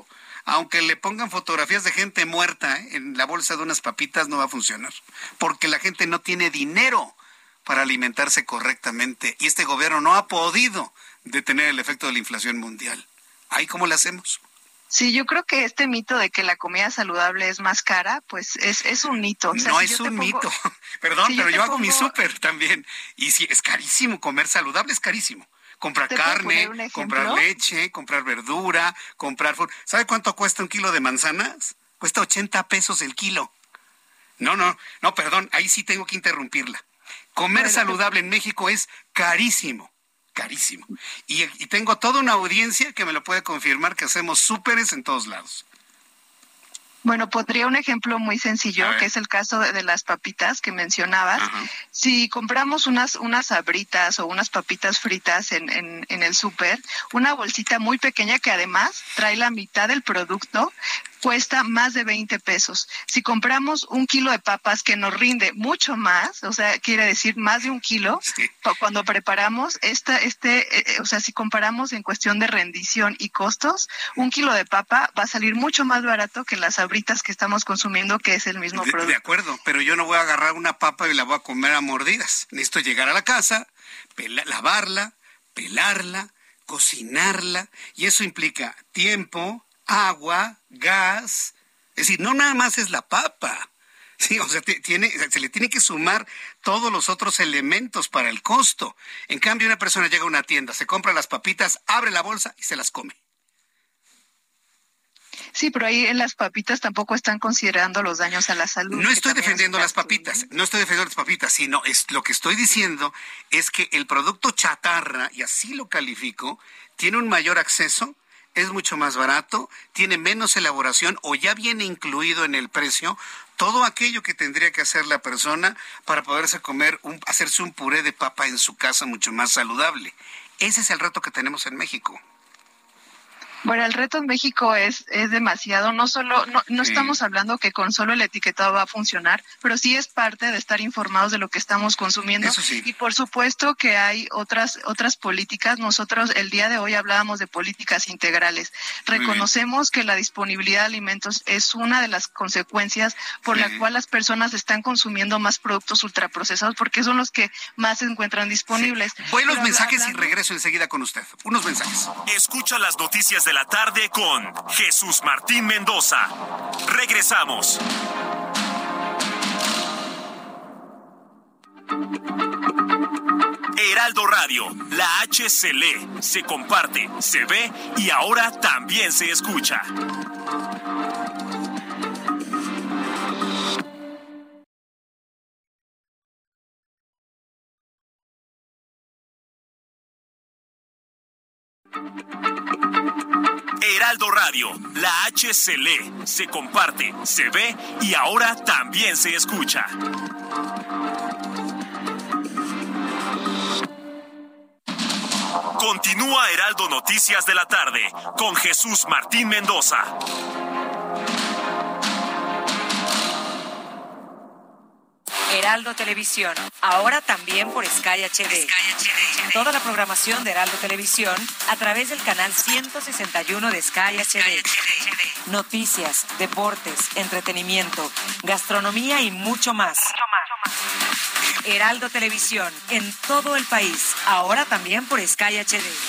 aunque le pongan fotografías de gente muerta, ¿eh?, en la bolsa de unas papitas, no va a funcionar, porque la gente no tiene dinero para alimentarse correctamente y este gobierno no ha podido detener el efecto de la inflación mundial. ¿Ahí cómo le hacemos? Sí, yo creo que este mito de que la comida saludable es más cara, pues es, es un mito. O sea, no si es yo te un pongo... mito, perdón, si pero yo, yo hago pongo... mi súper también. Y sí, es carísimo, comer saludable es carísimo. Comprar carne, comprar leche, comprar verdura, comprar... ¿Sabe cuánto cuesta un kilo de manzanas? Cuesta ochenta pesos el kilo. No, no, no, perdón, ahí sí tengo que interrumpirla. Comer bueno, saludable en México es carísimo. Carísimo. Y, y tengo toda una audiencia que me lo puede confirmar que hacemos súperes en todos lados. Bueno, podría un ejemplo muy sencillo, que es el caso de, de las papitas que mencionabas. Ajá. Si compramos unas unas sabritas o unas papitas fritas en, en, en el súper, una bolsita muy pequeña que además trae la mitad del producto, cuesta más de veinte pesos. Si compramos un kilo de papas que nos rinde mucho más, o sea, quiere decir más de un kilo, sí. Cuando preparamos esta, este, eh, o sea, si comparamos en cuestión de rendición y costos, un kilo de papa va a salir mucho más barato que las sabritas que estamos consumiendo, que es el mismo de, producto. De acuerdo, pero yo no voy a agarrar una papa y la voy a comer a mordidas. Necesito llegar a la casa, pela, lavarla, pelarla, cocinarla, y eso implica tiempo, agua, gas, es decir, no nada más es la papa, sí, o sea, tiene, se le tiene que sumar todos los otros elementos para el costo. En cambio, una persona llega a una tienda, se compra las papitas, abre la bolsa y se las come. Sí, pero ahí en las papitas tampoco están considerando los daños a la salud. No estoy defendiendo las papitas, no estoy defendiendo las papitas, sino es lo que estoy diciendo es que el producto chatarra, y así lo califico, tiene un mayor acceso, es mucho más barato, tiene menos elaboración o ya viene incluido en el precio todo aquello que tendría que hacer la persona para poderse comer, un, hacerse un puré de papa en su casa mucho más saludable. Ese es el reto que tenemos en México. Bueno, el reto en México es es demasiado. No solo no, no sí. estamos hablando que con solo el etiquetado va a funcionar, pero sí es parte de estar informados de lo que estamos consumiendo. Eso sí. Y por supuesto que hay otras otras políticas. Nosotros el día de hoy hablábamos de políticas integrales. Reconocemos que la disponibilidad de alimentos es una de las consecuencias por sí. la cual las personas están consumiendo más productos ultraprocesados, porque son los que más se encuentran disponibles. Sí. Voy a los mensajes hablando... y regreso enseguida con usted. Unos mensajes. Escucha las noticias de la tarde con Jesús Martín Mendoza. Regresamos. Heraldo Radio, la H se lee, se comparte, se ve y ahora también se escucha. Heraldo Radio, la H se lee, se comparte, se ve y ahora también se escucha. Continúa Heraldo Noticias de la tarde con Jesús Martín Mendoza. Heraldo Televisión, ahora también por Sky H D. Sky H D. Toda la programación de Heraldo Televisión a través del canal ciento sesenta y uno de Sky H D. Noticias, deportes, entretenimiento, gastronomía y mucho más. Heraldo Televisión, en todo el país, ahora también por Sky H D.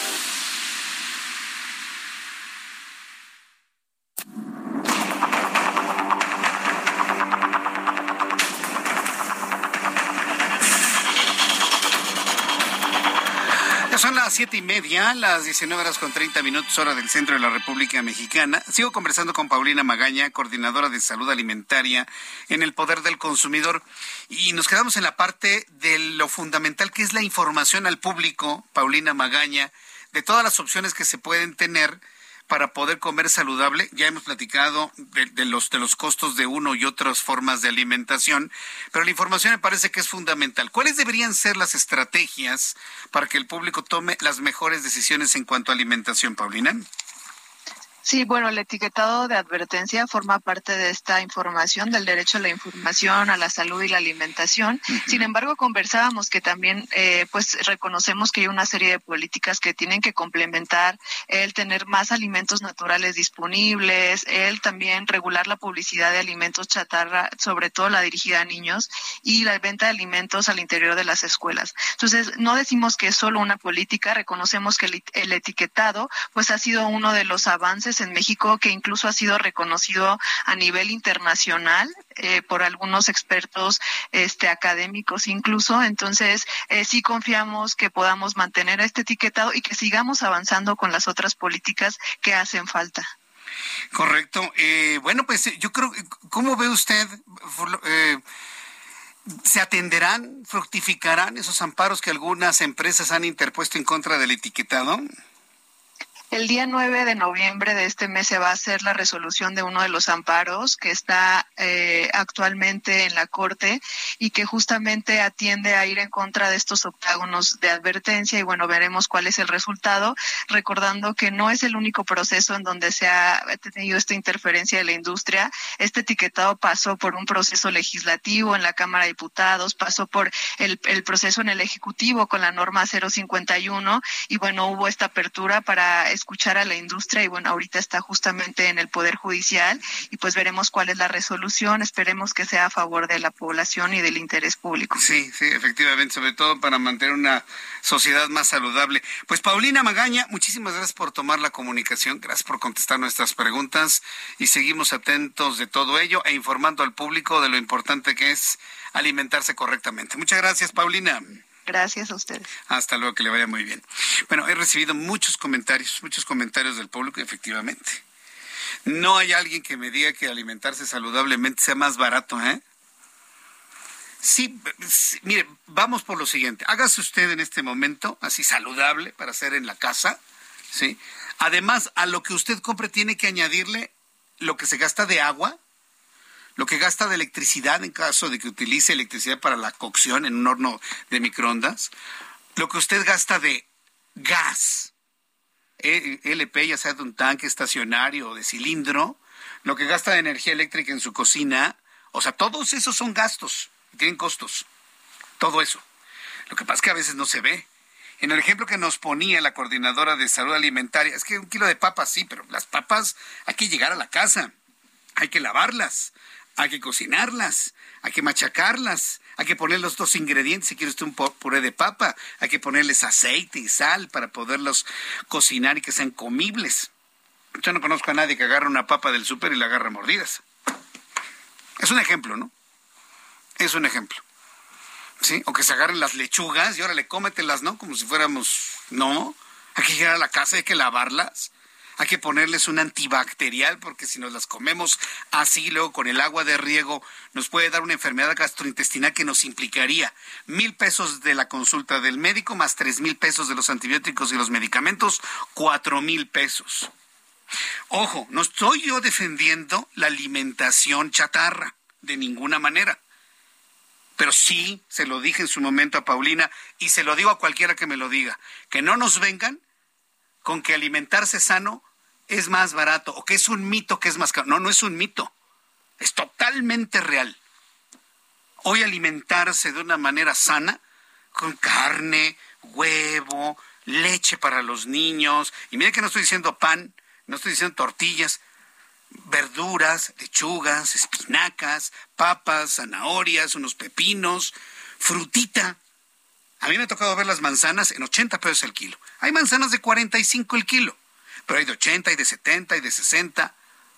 Son las siete y media, las diecinueve horas con treinta minutos, hora del centro de la República Mexicana. Sigo conversando con Paulina Magaña, coordinadora de salud alimentaria en el Poder del Consumidor. Y nos quedamos en la parte de lo fundamental que es la información al público, Paulina Magaña, de todas las opciones que se pueden tener para poder comer saludable. Ya hemos platicado de, de los de los costos de uno y otras formas de alimentación, pero la información me parece que es fundamental. ¿Cuáles deberían ser las estrategias para que el público tome las mejores decisiones en cuanto a alimentación, Paulina? Sí, bueno, el etiquetado de advertencia forma parte de esta información, del derecho a la información, a la salud y la alimentación. Uh-huh. Sin embargo, conversábamos que también eh, pues reconocemos que hay una serie de políticas que tienen que complementar el tener más alimentos naturales disponibles, el también regular la publicidad de alimentos chatarra, sobre todo la dirigida a niños, y la venta de alimentos al interior de las escuelas. Entonces, no decimos que es solo una política, reconocemos que el, el etiquetado pues ha sido uno de los avances en México que incluso ha sido reconocido a nivel internacional eh, por algunos expertos este, académicos incluso. Entonces, eh, sí confiamos que podamos mantener este etiquetado y que sigamos avanzando con las otras políticas que hacen falta. Correcto. Eh, bueno, pues yo creo, ¿cómo ve usted? Eh, ¿Se atenderán, fructificarán esos amparos que algunas empresas han interpuesto en contra del etiquetado? El día nueve de noviembre de este mes se va a hacer la resolución de uno de los amparos que está eh, actualmente en la Corte y que justamente atiende a ir en contra de estos octágonos de advertencia, y bueno, veremos cuál es el resultado, recordando que no es el único proceso en donde se ha tenido esta interferencia de la industria. Este etiquetado pasó por un proceso legislativo en la Cámara de Diputados, pasó por el, el proceso en el Ejecutivo con la norma cero cincuenta y uno, y bueno, hubo esta apertura para escuchar a la industria, y bueno, ahorita está justamente en el Poder Judicial, y pues veremos cuál es la resolución. Esperemos que sea a favor de la población y del interés público. Sí, sí, efectivamente, sobre todo para mantener una sociedad más saludable. Pues Paulina Magaña, muchísimas gracias por tomar la comunicación, gracias por contestar nuestras preguntas, y seguimos atentos de todo ello e informando al público de lo importante que es alimentarse correctamente. Muchas gracias, Paulina. Gracias a ustedes. Hasta luego, que le vaya muy bien. Bueno, he recibido muchos comentarios, muchos comentarios del público, efectivamente. No hay alguien que me diga que alimentarse saludablemente sea más barato, ¿eh? Sí, sí, mire, vamos por lo siguiente. Hágase usted en este momento, así saludable, para hacer en la casa, ¿sí? Además, a lo que usted compre tiene que añadirle lo que se gasta de agua, lo que gasta de electricidad en caso de que utilice electricidad para la cocción en un horno de microondas, lo que usted gasta de gas, L P, ya sea de un tanque estacionario o de cilindro, lo que gasta de energía eléctrica en su cocina, o sea, todos esos son gastos, tienen costos, todo eso. Lo que pasa es que a veces no se ve. En el ejemplo que nos ponía la coordinadora de salud alimentaria, es que un kilo de papas sí, pero las papas hay que llegar a la casa, hay que lavarlas, hay que cocinarlas, hay que machacarlas, hay que poner los dos ingredientes, si quiere usted un puré de papa, hay que ponerles aceite y sal para poderlos cocinar y que sean comibles. Yo no conozco a nadie que agarre una papa del súper y la agarre a mordidas. Es un ejemplo, ¿no? Es un ejemplo. ¿Sí? O que se agarren las lechugas y órale, cómetelas, ¿no? Como si fuéramos... No, hay que llegar a la casa, hay que lavarlas. Hay que ponerles un antibacterial porque si nos las comemos así, luego con el agua de riego, nos puede dar una enfermedad gastrointestinal que nos implicaría mil pesos de la consulta del médico, más tres mil pesos de los antibióticos y los medicamentos, cuatro mil pesos. Ojo, no estoy yo defendiendo la alimentación chatarra, de ninguna manera. Pero sí, se lo dije en su momento a Paulina, y se lo digo a cualquiera que me lo diga, que no nos vengan con que alimentarse sano es más barato, o que es un mito que es más caro. No, no es un mito, es totalmente real. Hoy alimentarse de una manera sana, con carne, huevo, leche para los niños, y mire que no estoy diciendo pan, no estoy diciendo tortillas, verduras, lechugas, espinacas, papas, zanahorias, unos pepinos, frutita. A mí me ha tocado ver las manzanas en ochenta pesos el kilo. Hay manzanas de cuarenta y cinco el kilo, pero hay de ochenta, hay de setenta, hay de sesenta.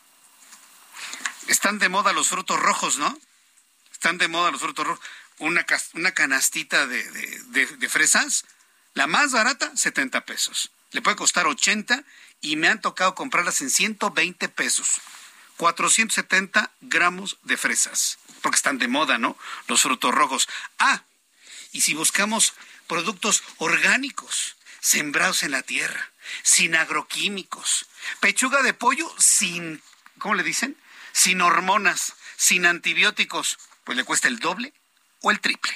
Están de moda los frutos rojos, ¿no? Están de moda los frutos rojos. Una, una canastita de, de, de, de fresas, la más barata, setenta pesos. Le puede costar ochenta y me han tocado comprarlas en ciento veinte pesos. cuatrocientos setenta gramos de fresas, porque están de moda, ¿no? Los frutos rojos. Ah, y si buscamos productos orgánicos, sembrados en la tierra, sin agroquímicos, pechuga de pollo sin, ¿cómo le dicen? Sin hormonas, sin antibióticos, pues le cuesta el doble o el triple.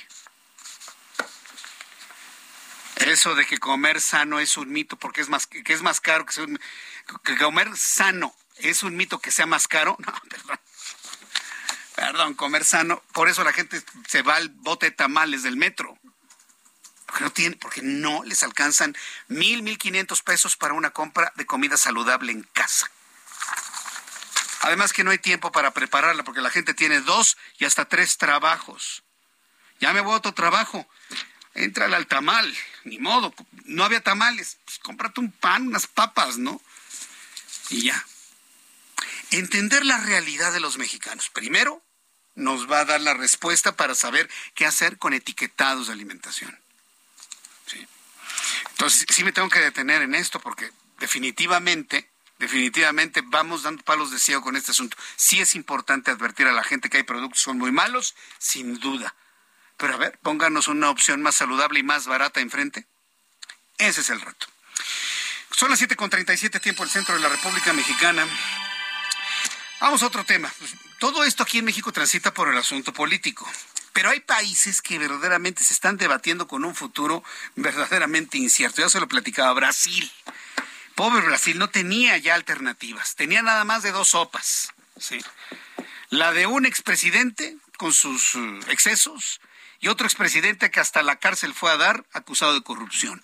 Eso de que comer sano es un mito porque es más, que es más caro, que es un, que comer sano es un mito que sea más caro. No, perdón. Perdón, comer sano. Por eso la gente se va al bote de tamales del metro. Porque no tiene, porque no les alcanzan mil, mil quinientos pesos para una compra de comida saludable en casa. Además que no hay tiempo para prepararla porque la gente tiene dos y hasta tres trabajos. Ya me voy a otro trabajo. Éntrale al tamal. Ni modo. No había tamales. Pues cómprate un pan, unas papas, ¿no? Y ya. Entender la realidad de los mexicanos. Primero, nos va a dar la respuesta para saber qué hacer con etiquetados de alimentación. Sí. Entonces, sí me tengo que detener en esto porque definitivamente... Definitivamente vamos dando palos de ciego con este asunto. Sí es importante advertir a la gente que hay productos que son muy malos, sin duda. Pero a ver, pónganos una opción más saludable y más barata enfrente. Ese es el reto. Son las siete con treinta y siete, tiempo del centro de la República Mexicana. Vamos a otro tema. Todo esto aquí en México transita por el asunto político. Pero hay países que verdaderamente se están debatiendo con un futuro verdaderamente incierto. Ya se lo platicaba Brasil. Pobre Brasil, no tenía ya alternativas, tenía nada más de dos sopas, ¿sí? La de un expresidente con sus uh, excesos y otro expresidente que hasta la cárcel fue a dar acusado de corrupción.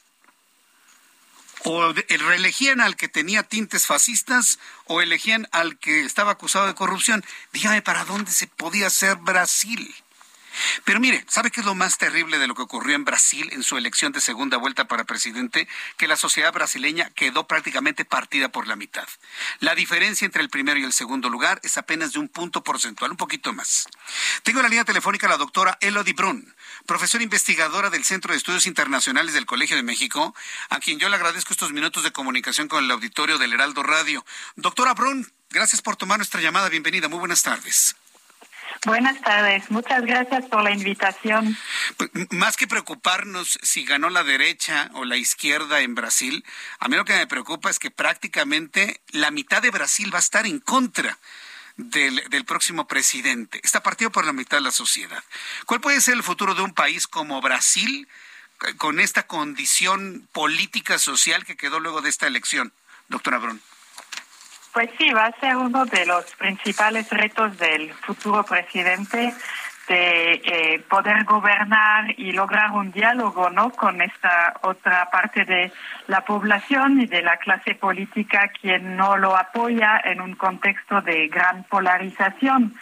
O de, reelegían al que tenía tintes fascistas o elegían al que estaba acusado de corrupción. Dígame, ¿para dónde se podía hacer Brasil? Pero mire, ¿sabe qué es lo más terrible de lo que ocurrió en Brasil en su elección de segunda vuelta para presidente? Que la sociedad brasileña quedó prácticamente partida por la mitad. La diferencia entre el primero y el segundo lugar es apenas de un punto porcentual, un poquito más. Tengo en la línea telefónica a la doctora Elodie Brun, profesora investigadora del Centro de Estudios Internacionales del Colegio de México, a quien yo le agradezco estos minutos de comunicación con el auditorio del Heraldo Radio. Doctora Brun, gracias por tomar nuestra llamada. Bienvenida, muy buenas tardes. Buenas tardes, muchas gracias por la invitación. Pues, más que preocuparnos si ganó la derecha o la izquierda en Brasil, a mí lo que me preocupa es que prácticamente la mitad de Brasil va a estar en contra del, del próximo presidente. Está partido por la mitad de la sociedad. ¿Cuál puede ser el futuro de un país como Brasil con esta condición política social que quedó luego de esta elección, doctora Brun? Pues sí, va a ser uno de los principales retos del futuro presidente de eh, poder gobernar y lograr un diálogo, ¿no?, con esta otra parte de la población y de la clase política quien no lo apoya en un contexto de gran polarización.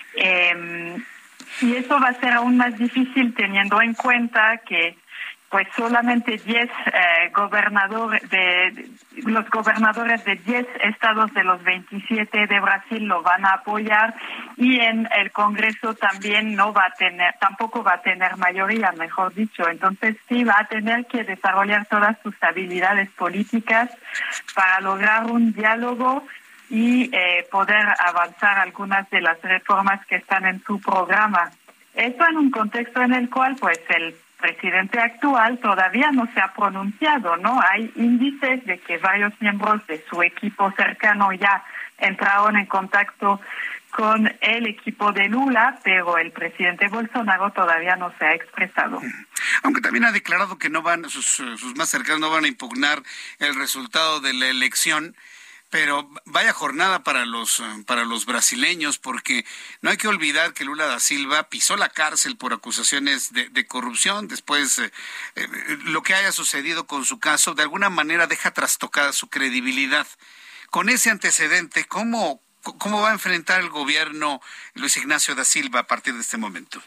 Eh, y eso va a ser aún más difícil teniendo en cuenta que pues solamente diez eh, gobernadores de los gobernadores de diez estados de los veintisiete de Brasil lo van a apoyar y en el Congreso también no va a tener, tampoco va a tener mayoría, mejor dicho. Entonces sí va a tener que desarrollar todas sus habilidades políticas para lograr un diálogo y eh, poder avanzar algunas de las reformas que están en su programa. Esto en un contexto en el cual pues el presidente actual todavía no se ha pronunciado, ¿no? Hay índices de que varios miembros de su equipo cercano ya entraron en contacto con el equipo de Lula, pero el presidente Bolsonaro todavía no se ha expresado. Aunque también ha declarado que no van, sus, sus más cercanos no van a impugnar el resultado de la elección. Pero vaya jornada para los para los brasileños, porque no hay que olvidar que Lula da Silva pisó la cárcel por acusaciones de, de corrupción. Después, eh, eh, lo que haya sucedido con su caso, de alguna manera deja trastocada su credibilidad. Con ese antecedente, ¿cómo, cómo va a enfrentar el gobierno Luis Ignacio da Silva a partir de este momento?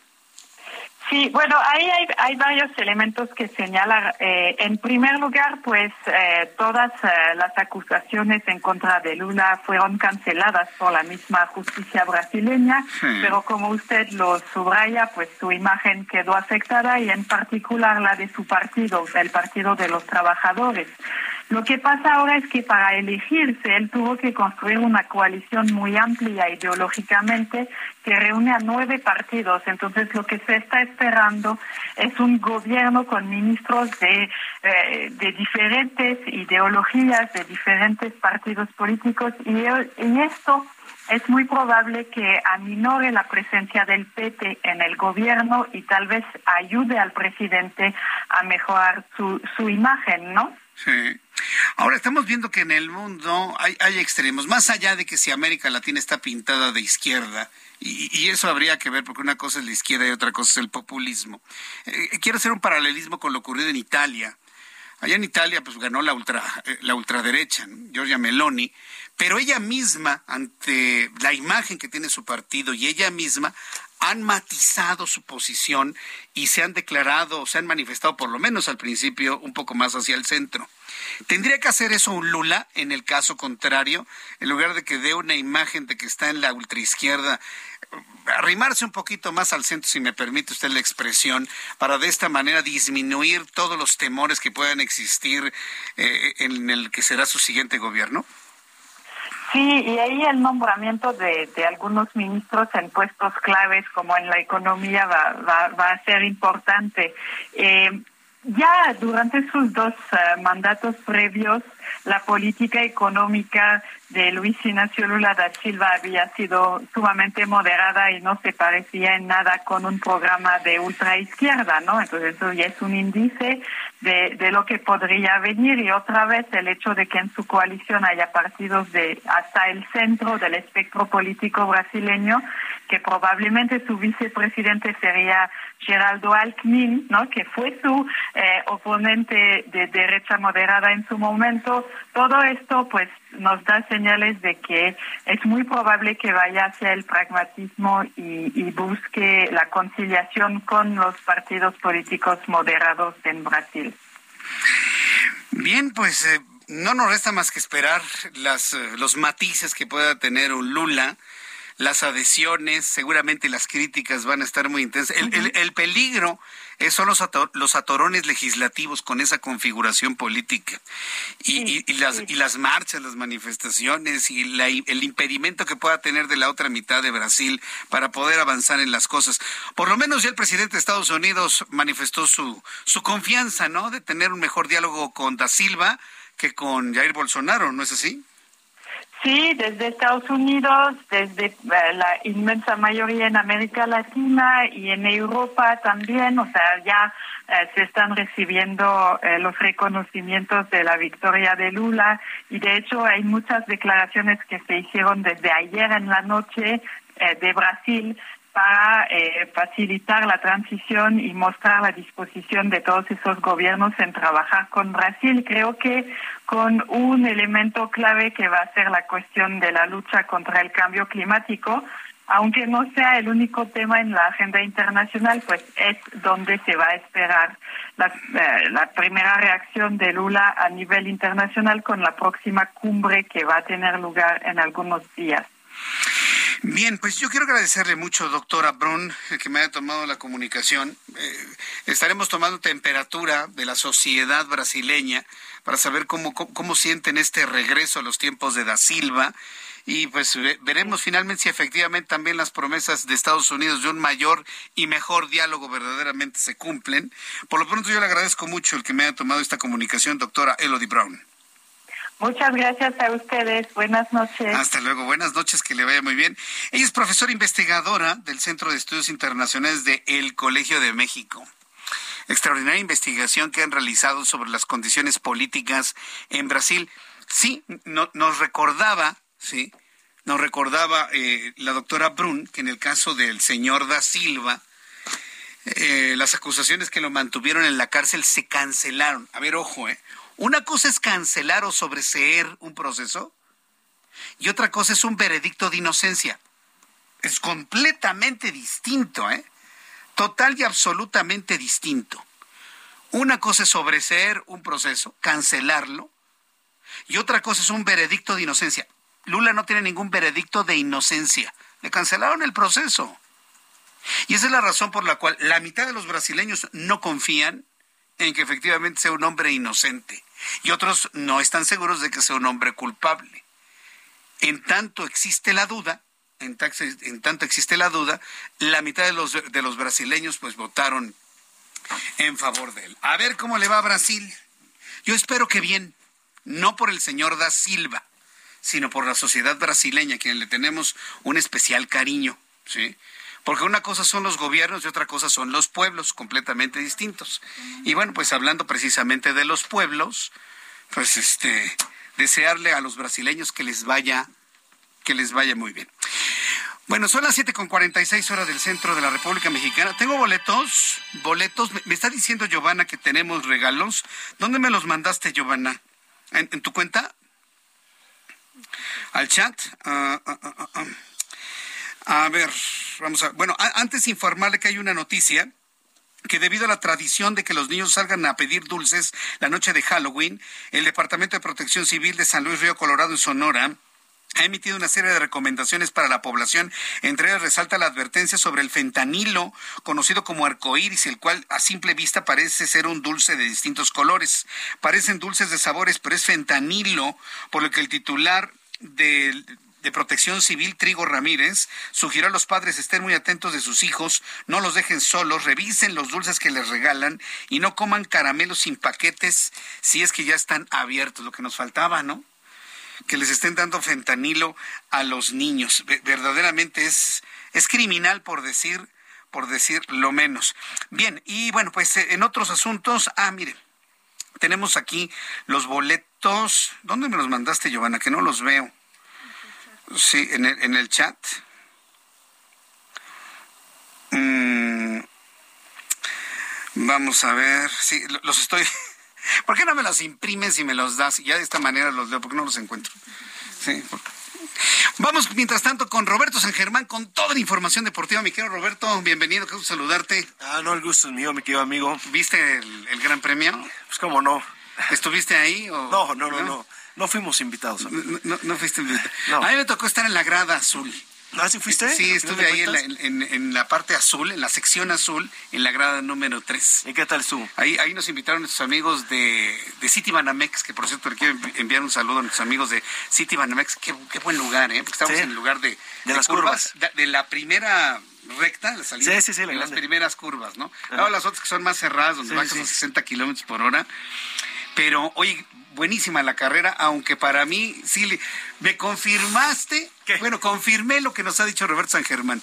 Sí, bueno, ahí hay, hay varios elementos que señalar. Eh, en primer lugar, pues eh, todas eh, las acusaciones en contra de Lula fueron canceladas por la misma justicia brasileña, sí. Pero como usted lo subraya, pues su imagen quedó afectada y en particular la de su partido, el Partido de los Trabajadores. Lo que pasa ahora es que para elegirse él tuvo que construir una coalición muy amplia ideológicamente que reúne a nueve partidos. Entonces lo que se está esperando es un gobierno con ministros de, eh, de diferentes ideologías, de diferentes partidos políticos y, y esto es muy probable que aminore la presencia del P T en el gobierno y tal vez ayude al presidente a mejorar su, su imagen, ¿no? Sí. Ahora estamos viendo que en el mundo hay, hay extremos, más allá de que si América Latina está pintada de izquierda, y, y eso habría que ver porque una cosa es la izquierda y otra cosa es el populismo. Eh, quiero hacer un paralelismo con lo ocurrido en Italia. Allá en Italia pues ganó la ultra la ultraderecha, ¿no? Giorgia Meloni, pero ella misma, ante la imagen que tiene su partido y ella misma, han matizado su posición y se han declarado, se han manifestado por lo menos al principio un poco más hacia el centro. ¿Tendría que hacer eso un Lula en el caso contrario? En lugar de que dé una imagen de que está en la ultraizquierda, arrimarse un poquito más al centro, si me permite usted la expresión, para de esta manera disminuir todos los temores que puedan existir eh, en el que será su siguiente gobierno. Sí, y ahí el nombramiento de, de algunos ministros en puestos claves como en la economía va, va, va a ser importante. Eh, ya durante sus dos uh, mandatos previos, la política económica de Luis Ignacio Lula da Silva había sido sumamente moderada y no se parecía en nada con un programa de ultraizquierda, ¿no? Entonces eso ya es un índice de, de lo que podría venir, y otra vez el hecho de que en su coalición haya partidos de hasta el centro del espectro político brasileño, que probablemente su vicepresidente sería Geraldo Alckmin, ¿no? Que fue su eh, oponente de derecha moderada en su momento. Todo esto pues nos da señales de que es muy probable que vaya hacia el pragmatismo y, y busque la conciliación con los partidos políticos moderados en Brasil. Bien, pues eh, no nos resta más que esperar las, eh, los matices que pueda tener un Lula. Las adhesiones, seguramente las críticas van a estar muy intensas. El, el, el peligro es, son los, ator, los atorones legislativos con esa configuración política. Y, sí, y, y, las, sí. y las marchas, las manifestaciones y la, el impedimento que pueda tener de la otra mitad de Brasil para poder avanzar en las cosas. Por lo menos ya el presidente de Estados Unidos manifestó su, su confianza, ¿no? De tener un mejor diálogo con Da Silva que con Jair Bolsonaro, ¿no es así? Sí, desde Estados Unidos, desde eh, la inmensa mayoría en América Latina y en Europa también, o sea, ya eh, se están recibiendo eh, los reconocimientos de la victoria de Lula, y de hecho hay muchas declaraciones que se hicieron desde ayer en la noche eh, de Brasil para eh, facilitar la transición y mostrar la disposición de todos esos gobiernos en trabajar con Brasil. Creo que con un elemento clave que va a ser la cuestión de la lucha contra el cambio climático, aunque no sea el único tema en la agenda internacional, pues es donde se va a esperar la, eh, la primera reacción de Lula a nivel internacional con la próxima cumbre que va a tener lugar en algunos días. Bien, pues yo quiero agradecerle mucho, doctora Brun, que me haya tomado la comunicación. Eh, estaremos tomando temperatura de la sociedad brasileña para saber cómo, cómo, cómo sienten este regreso a los tiempos de Da Silva. Y pues veremos finalmente si efectivamente también las promesas de Estados Unidos de un mayor y mejor diálogo verdaderamente se cumplen. Por lo pronto yo le agradezco mucho el que me haya tomado esta comunicación, doctora Elodie Brown. Muchas gracias a ustedes. Buenas noches. Hasta luego. Buenas noches, que le vaya muy bien. Ella es profesora investigadora del Centro de Estudios Internacionales de El Colegio de México. Extraordinaria investigación que han realizado sobre las condiciones políticas en Brasil. Sí, no, nos recordaba, sí, nos recordaba eh, la doctora Brun que en el caso del señor Da Silva, eh, las acusaciones que lo mantuvieron en la cárcel se cancelaron. A ver, ojo, eh. Una cosa es cancelar o sobreseer un proceso y otra cosa es un veredicto de inocencia. Es completamente distinto, ¿eh? Total y absolutamente distinto. Una cosa es sobreseer un proceso, cancelarlo, y otra cosa es un veredicto de inocencia. Lula no tiene ningún veredicto de inocencia. Le cancelaron el proceso. Y esa es la razón por la cual la mitad de los brasileños no confían en que efectivamente sea un hombre inocente. Y otros no están seguros de que sea un hombre culpable. En tanto existe la duda, en, taxi, en tanto existe la duda, la mitad de los, de los brasileños pues votaron en favor de él. A ver cómo le va a Brasil. Yo espero que bien, no por el señor Da Silva, sino por la sociedad brasileña, a quien le tenemos un especial cariño, ¿sí? Porque una cosa son los gobiernos y otra cosa son los pueblos, completamente distintos. Y bueno, pues hablando precisamente de los pueblos, pues este, desearle a los brasileños que les vaya, que les vaya muy bien. Bueno, son las siete con cuarenta y seis horas del centro de la República Mexicana. Tengo boletos, boletos. Me está diciendo Giovanna que tenemos regalos. ¿Dónde me los mandaste, Giovanna? ¿En, en tu cuenta? ¿Al chat? Uh, uh, uh, uh, uh. A ver, vamos a... Bueno, a, antes informarle que hay una noticia, que debido a la tradición de que los niños salgan a pedir dulces la noche de Halloween, el Departamento de Protección Civil de San Luis Río Colorado, en Sonora, ha emitido una serie de recomendaciones para la población. Entre ellas resalta la advertencia sobre el fentanilo, conocido como arcoíris, el cual a simple vista parece ser un dulce de distintos colores. Parecen dulces de sabores, pero es fentanilo, por lo que el titular del... de Protección Civil, Trigo Ramírez, sugirió a los padres estén muy atentos de sus hijos, no los dejen solos, revisen los dulces que les regalan y no coman caramelos sin paquetes si es que ya están abiertos, lo que nos faltaba, ¿no? Que les estén dando fentanilo a los niños. Verdaderamente es, es criminal, por decir, por decir lo menos. Bien, y bueno, pues en otros asuntos, ah, miren, tenemos aquí los boletos. ¿Dónde me los mandaste, Giovanna? Que no los veo. Sí, en el, en el chat. Mm, vamos a ver. Sí, los estoy... ¿Por qué no me los imprimes y me los das? Y ya de esta manera los leo, porque no los encuentro. Sí. Vamos, mientras tanto, con Roberto San Germán, con toda la información deportiva. Mi querido Roberto, bienvenido, qué gusto saludarte. Ah, no, el gusto es mío, mi querido amigo. ¿Viste el, el Gran Premio? Pues cómo no. ¿Estuviste ahí? O, no, no, no, no, no. No fuimos invitados. No, no, no fuiste invitado. No. A mí me tocó estar en la grada azul. ¿Ah, sí fuiste? Sí, estuve ahí en la, en, en la parte azul, en la sección azul, en la grada número tres. ¿Y qué tal estuvo? Ahí, ahí nos invitaron nuestros amigos de, de City Banamex, que por cierto le quiero enviar un saludo a nuestros amigos de City Banamex. Qué, qué buen lugar, ¿eh? Porque estamos sí. en el lugar de, de, de las curvas, curvas. De, de la primera recta, la salida, sí, sí, sí, la en grande. Las primeras curvas, ¿no? Ahora las otras que son más cerradas, donde sí, bajas sí. a sesenta kilómetros por hora. Pero, oye, buenísima la carrera, aunque para mí, sí, le, me confirmaste, ¿Qué? Bueno, confirmé lo que nos ha dicho Roberto San Germán.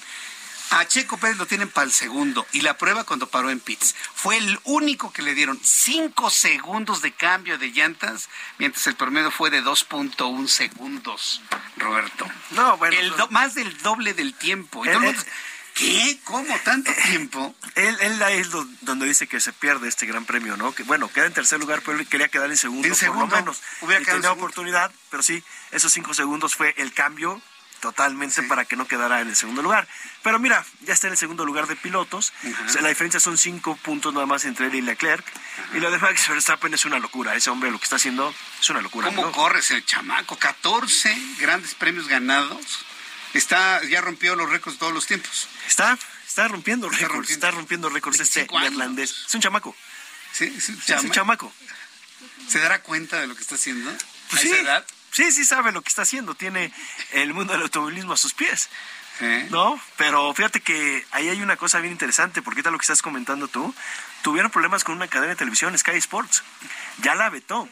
A Checo Pérez lo tienen para el segundo, y la prueba cuando paró en pits. Fue el único que le dieron cinco segundos de cambio de llantas, mientras el promedio fue de dos punto uno segundos, Roberto. No, bueno. El do, más del doble del tiempo. El, el, ¿Qué? ¿Cómo? ¿Tanto tiempo? Él, él es lo, donde dice que se pierde este gran premio, ¿no? Que bueno, queda en tercer lugar, pero él quería quedar en segundo, en segundo por lo menos. Hubiera y tenía oportunidad, pero sí, esos cinco segundos fue el cambio totalmente sí. para que no quedara en el segundo lugar. Pero mira, ya está en el segundo lugar de pilotos. Uh-huh. O sea, la diferencia son cinco puntos nada más entre él y Leclerc. Uh-huh. Y lo de Max Verstappen es una locura. Ese hombre lo que está haciendo es una locura. ¿Cómo ¿no? corre ese chamaco? catorce grandes premios ganados. Está, ya rompió los récords de todos los tiempos. Está, está rompiendo récords, está rompiendo, está rompiendo récords este neerlandés. Es un chamaco. Sí, es un, sí, es un chamaco. ¿Se dará cuenta de lo que está haciendo? Pues ¿A sí, esa edad? Sí, sí sabe lo que está haciendo. Tiene el mundo del automovilismo a sus pies. ¿Eh? ¿No? Pero fíjate que ahí hay una cosa bien interesante, porque tal lo que estás comentando tú, tuvieron problemas con una cadena de televisión, Sky Sports. Ya la vetó.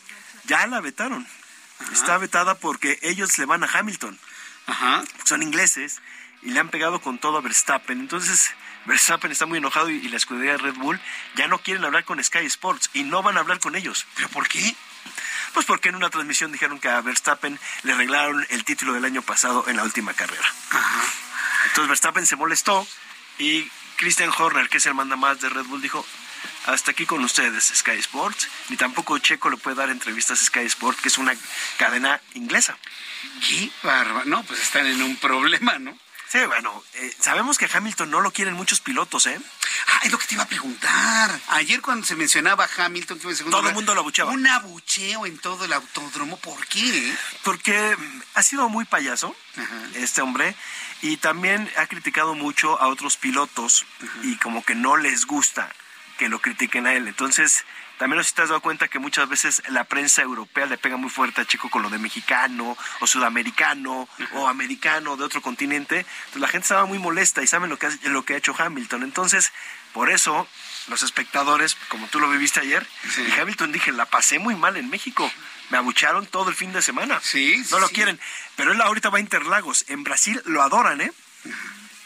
Ya la vetaron. Ajá. Está vetada porque ellos le van a Hamilton. Ajá. Son ingleses y le han pegado con todo a Verstappen. Entonces Verstappen está muy enojado y, y la escudería de Red Bull ya no quieren hablar con Sky Sports y no van a hablar con ellos. ¿Pero por qué? Pues porque en una transmisión dijeron que a Verstappen le arreglaron el título del año pasado en la última carrera. Ajá. Entonces Verstappen se molestó y Christian Horner, que es el mandamás de Red Bull, dijo: hasta aquí con ustedes, Sky Sports. Ni tampoco Checo le puede dar entrevistas a Sky Sports, que es una cadena inglesa. ¡Qué bárbaro! No, pues están en un problema, ¿no? Sí, bueno, eh, sabemos que Hamilton no lo quieren muchos pilotos, ¿eh? Ah, es lo que te iba a preguntar. Ayer cuando se mencionaba Hamilton, que iba en segundo todo lugar, el mundo lo abucheaba. Un abucheo en todo el autódromo. ¿Por qué? Porque ha sido muy payaso, ajá, este hombre, y también ha criticado mucho a otros pilotos, ajá, y como que no les gusta que lo critiquen a él. Entonces, también no sé si te has dado cuenta que muchas veces la prensa europea le pega muy fuerte a Checo con lo de mexicano, o sudamericano, uh-huh, o americano de otro continente. Entonces la gente estaba muy molesta y saben lo que ha, lo que ha hecho Hamilton. Entonces, por eso, los espectadores, como tú lo viviste ayer, sí, y Hamilton dije, la pasé muy mal en México. Me abucharon todo el fin de semana. Sí, no lo sí. quieren. Pero él ahorita va a Interlagos. En Brasil lo adoran, ¿eh?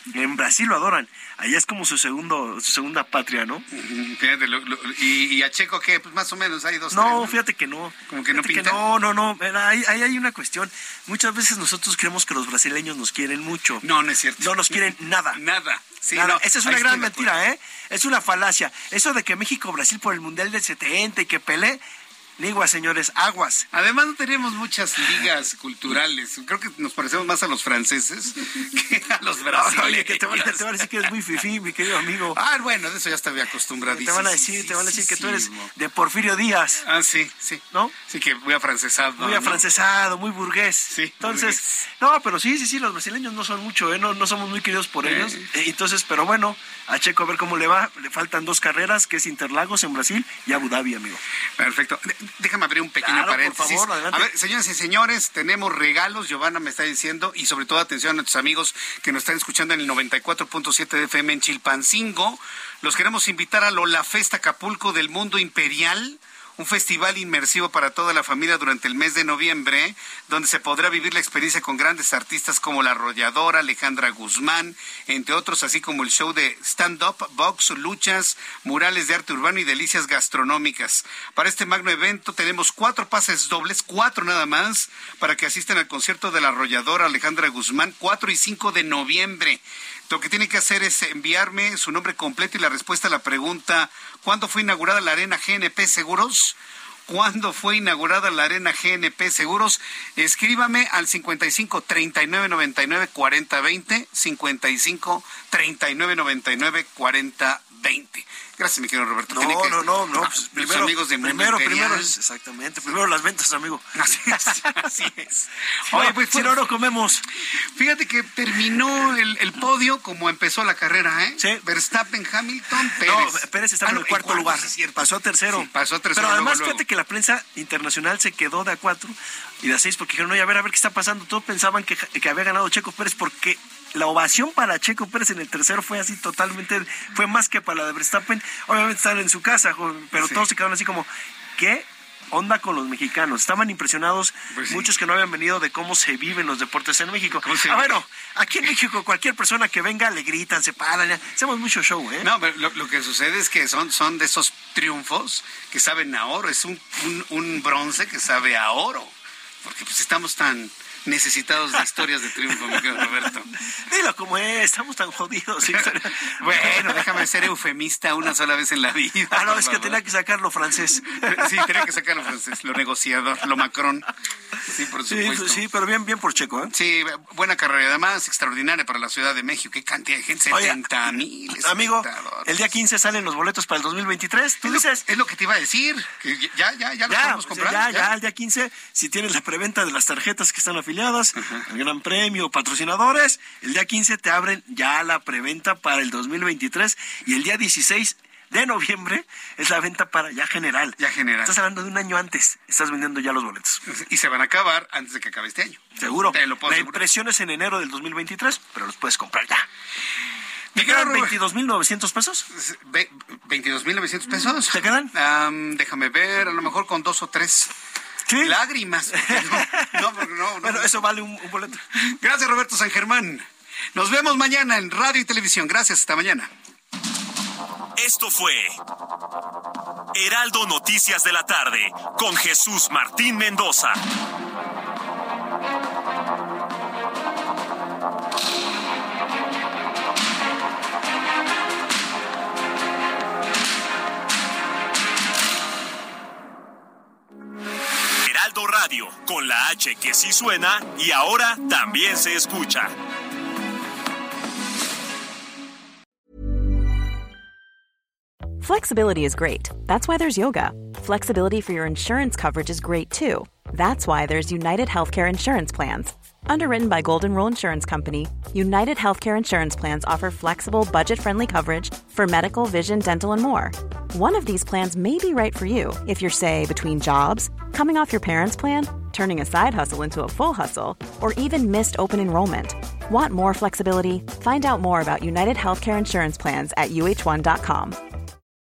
En Brasil lo adoran. Allá es como su segundo, su segunda patria, ¿no? Fíjate, lo, lo, y, y a Checo, ¿qué? Pues más o menos hay dos, No, tres, ¿no? fíjate que no. Como que no Fíjate pinta. que no, no, no. Ahí, ahí hay una cuestión. Muchas veces nosotros creemos que los brasileños nos quieren mucho. No, no es cierto. No nos quieren nada. Nada. Sí, nada. no, Esa es una gran mentira, ¿eh? Es una falacia. Eso de que México-Brasil por el Mundial del setenta y que Pelé... Aguas, señores, aguas. Además no tenemos muchas ligas culturales. Creo que nos parecemos más a los franceses que a los brasileños. Oye, que te van, a, te van a decir que eres muy fifí, mi querido amigo. Ah, bueno, de eso ya estaba acostumbradísimo. Te van a decir, te van a decir que tú eres de Porfirio Díaz. Ah, sí, sí. ¿No? Sí, que muy afrancesado. Muy ¿no? afrancesado, muy burgués. Sí. Entonces, burgués. no, pero sí, sí, sí, los brasileños no son mucho, ¿eh? No, no somos muy queridos por eh. ellos. Entonces, pero bueno, a Checo a ver cómo le va. Le faltan dos carreras, que es Interlagos en Brasil y Abu Dhabi, amigo. Perfecto. Déjame abrir un pequeño Claro, paréntesis. por favor, adelante. A ver, señoras y señores, tenemos regalos. Giovanna me está diciendo, y sobre todo atención a nuestros amigos que nos están escuchando en el noventa y cuatro punto siete de F M en Chilpancingo. Los queremos invitar a Lola Festa Acapulco del Mundo Imperial, un festival inmersivo para toda la familia durante el mes de noviembre, donde se podrá vivir la experiencia con grandes artistas como La Arrolladora, Alejandra Guzmán, entre otros, así como el show de stand-up, box, luchas, murales de arte urbano y delicias gastronómicas. Para este magno evento tenemos cuatro pases dobles, cuatro nada más, para que asistan al concierto de La Arrolladora, Alejandra Guzmán, cuatro y cinco de noviembre. Lo que tiene que hacer es enviarme su nombre completo y la respuesta a la pregunta: ¿cuándo fue inaugurada la Arena G N P Seguros? ¿Cuándo fue inaugurada la Arena G N P Seguros? Escríbame al cincuenta y cinco, treinta y nueve, noventa y nueve, cuarenta, veinte, cincuenta y cinco, treinta y nueve, noventa y nueve, cuarenta, veinte. Gracias, mi querido Roberto. No, Tiene que, no, no, no. Pues primero, amigos de Mundo primero, Imperial. primero es, exactamente. Primero las ventas, amigo. Así es, así es. Oye, pues si no, no comemos. Fíjate que terminó el, el podio como empezó la carrera, ¿eh? Sí. Verstappen, Hamilton, Pérez. No, Pérez está ah, en el cuarto, cuarto lugar. Sí, pasó a tercero. Sí, pasó a tercero. Pero además, luego, fíjate luego. que la prensa internacional se quedó de a cuatro y de a seis porque dijeron, oye, a ver, a ver qué está pasando. Todos pensaban que, que había ganado Checo Pérez porque la ovación para Checo Pérez en el tercero fue así totalmente, fue más que para la de Verstappen. Obviamente estaban en su casa, pero sí. Todos se quedaron así como, ¿qué onda con los mexicanos? Estaban impresionados, pues sí. Muchos que no habían venido, de cómo se viven los deportes en México. Ah, bueno, aquí en México cualquier persona que venga le gritan, se paran, hacemos mucho show, ¿eh? No, pero lo, lo que sucede es que son, son de esos triunfos que saben a oro, es un, un, un bronce que sabe a oro, porque pues estamos tan necesitados de historias de triunfo, mi querido Roberto. Dilo como es, estamos tan jodidos. Bueno, déjame ser eufemista una sola vez en la vida. Ah, no, es favor. Que tenía que sacar lo francés. Sí, tenía que sacar lo francés, lo negociador, lo Macron. Sí, por supuesto. Sí, sí, pero bien, bien por Checo, ¿eh? Sí, buena carrera, además extraordinaria para la Ciudad de México. Qué cantidad de gente, setenta mil. Amigo, el día quince salen los boletos para el dos mil veintitrés. ¿Tú es dices? Lo, es lo que te iba a decir, que ya, ya, ya los podemos comprar. Ya, ya, ya, el día quince, si tienes la preventa de las tarjetas que están afiliadas, Ajá. el Gran Premio, patrocinadores, el día quince te abren ya la preventa para el dos mil veintitrés y el día dieciséis de noviembre es la venta para ya general. Ya general. Estás hablando de un año antes, estás vendiendo ya los boletos. Y se van a acabar antes de que acabe este año. Seguro. Te lo puedo la asegurar. Impresión es en enero del dos mil veintitrés, pero los puedes comprar ya. ¿Te quedan veintidós mil novecientos pesos? ¿veintidós mil novecientos pesos? ¿Te quedan? Um, déjame ver, a lo mejor con dos o tres. ¿Sí? Lágrimas. No, no, no, no. Bueno, eso vale un, un boleto. Gracias, Roberto San Germán. Nos vemos mañana en radio y televisión. Gracias, hasta mañana. Esto fue Heraldo Noticias de la tarde con Jesús Martín Mendoza. Heraldo Radio, con la H que sí suena y ahora también se escucha. Flexibility is great. That's why there's yoga. Flexibility for your insurance coverage is great too. That's why there's United Healthcare Insurance Plans. Underwritten by Golden Rule Insurance Company, United Healthcare Insurance Plans offer flexible, budget-friendly coverage for medical, vision, dental, and more. One of these plans may be right for you if you're, say, between jobs, coming off your parents' plan, turning a side hustle into a full hustle, or even missed open enrollment. Want more flexibility? Find out more about United Healthcare Insurance Plans at U H one dot com.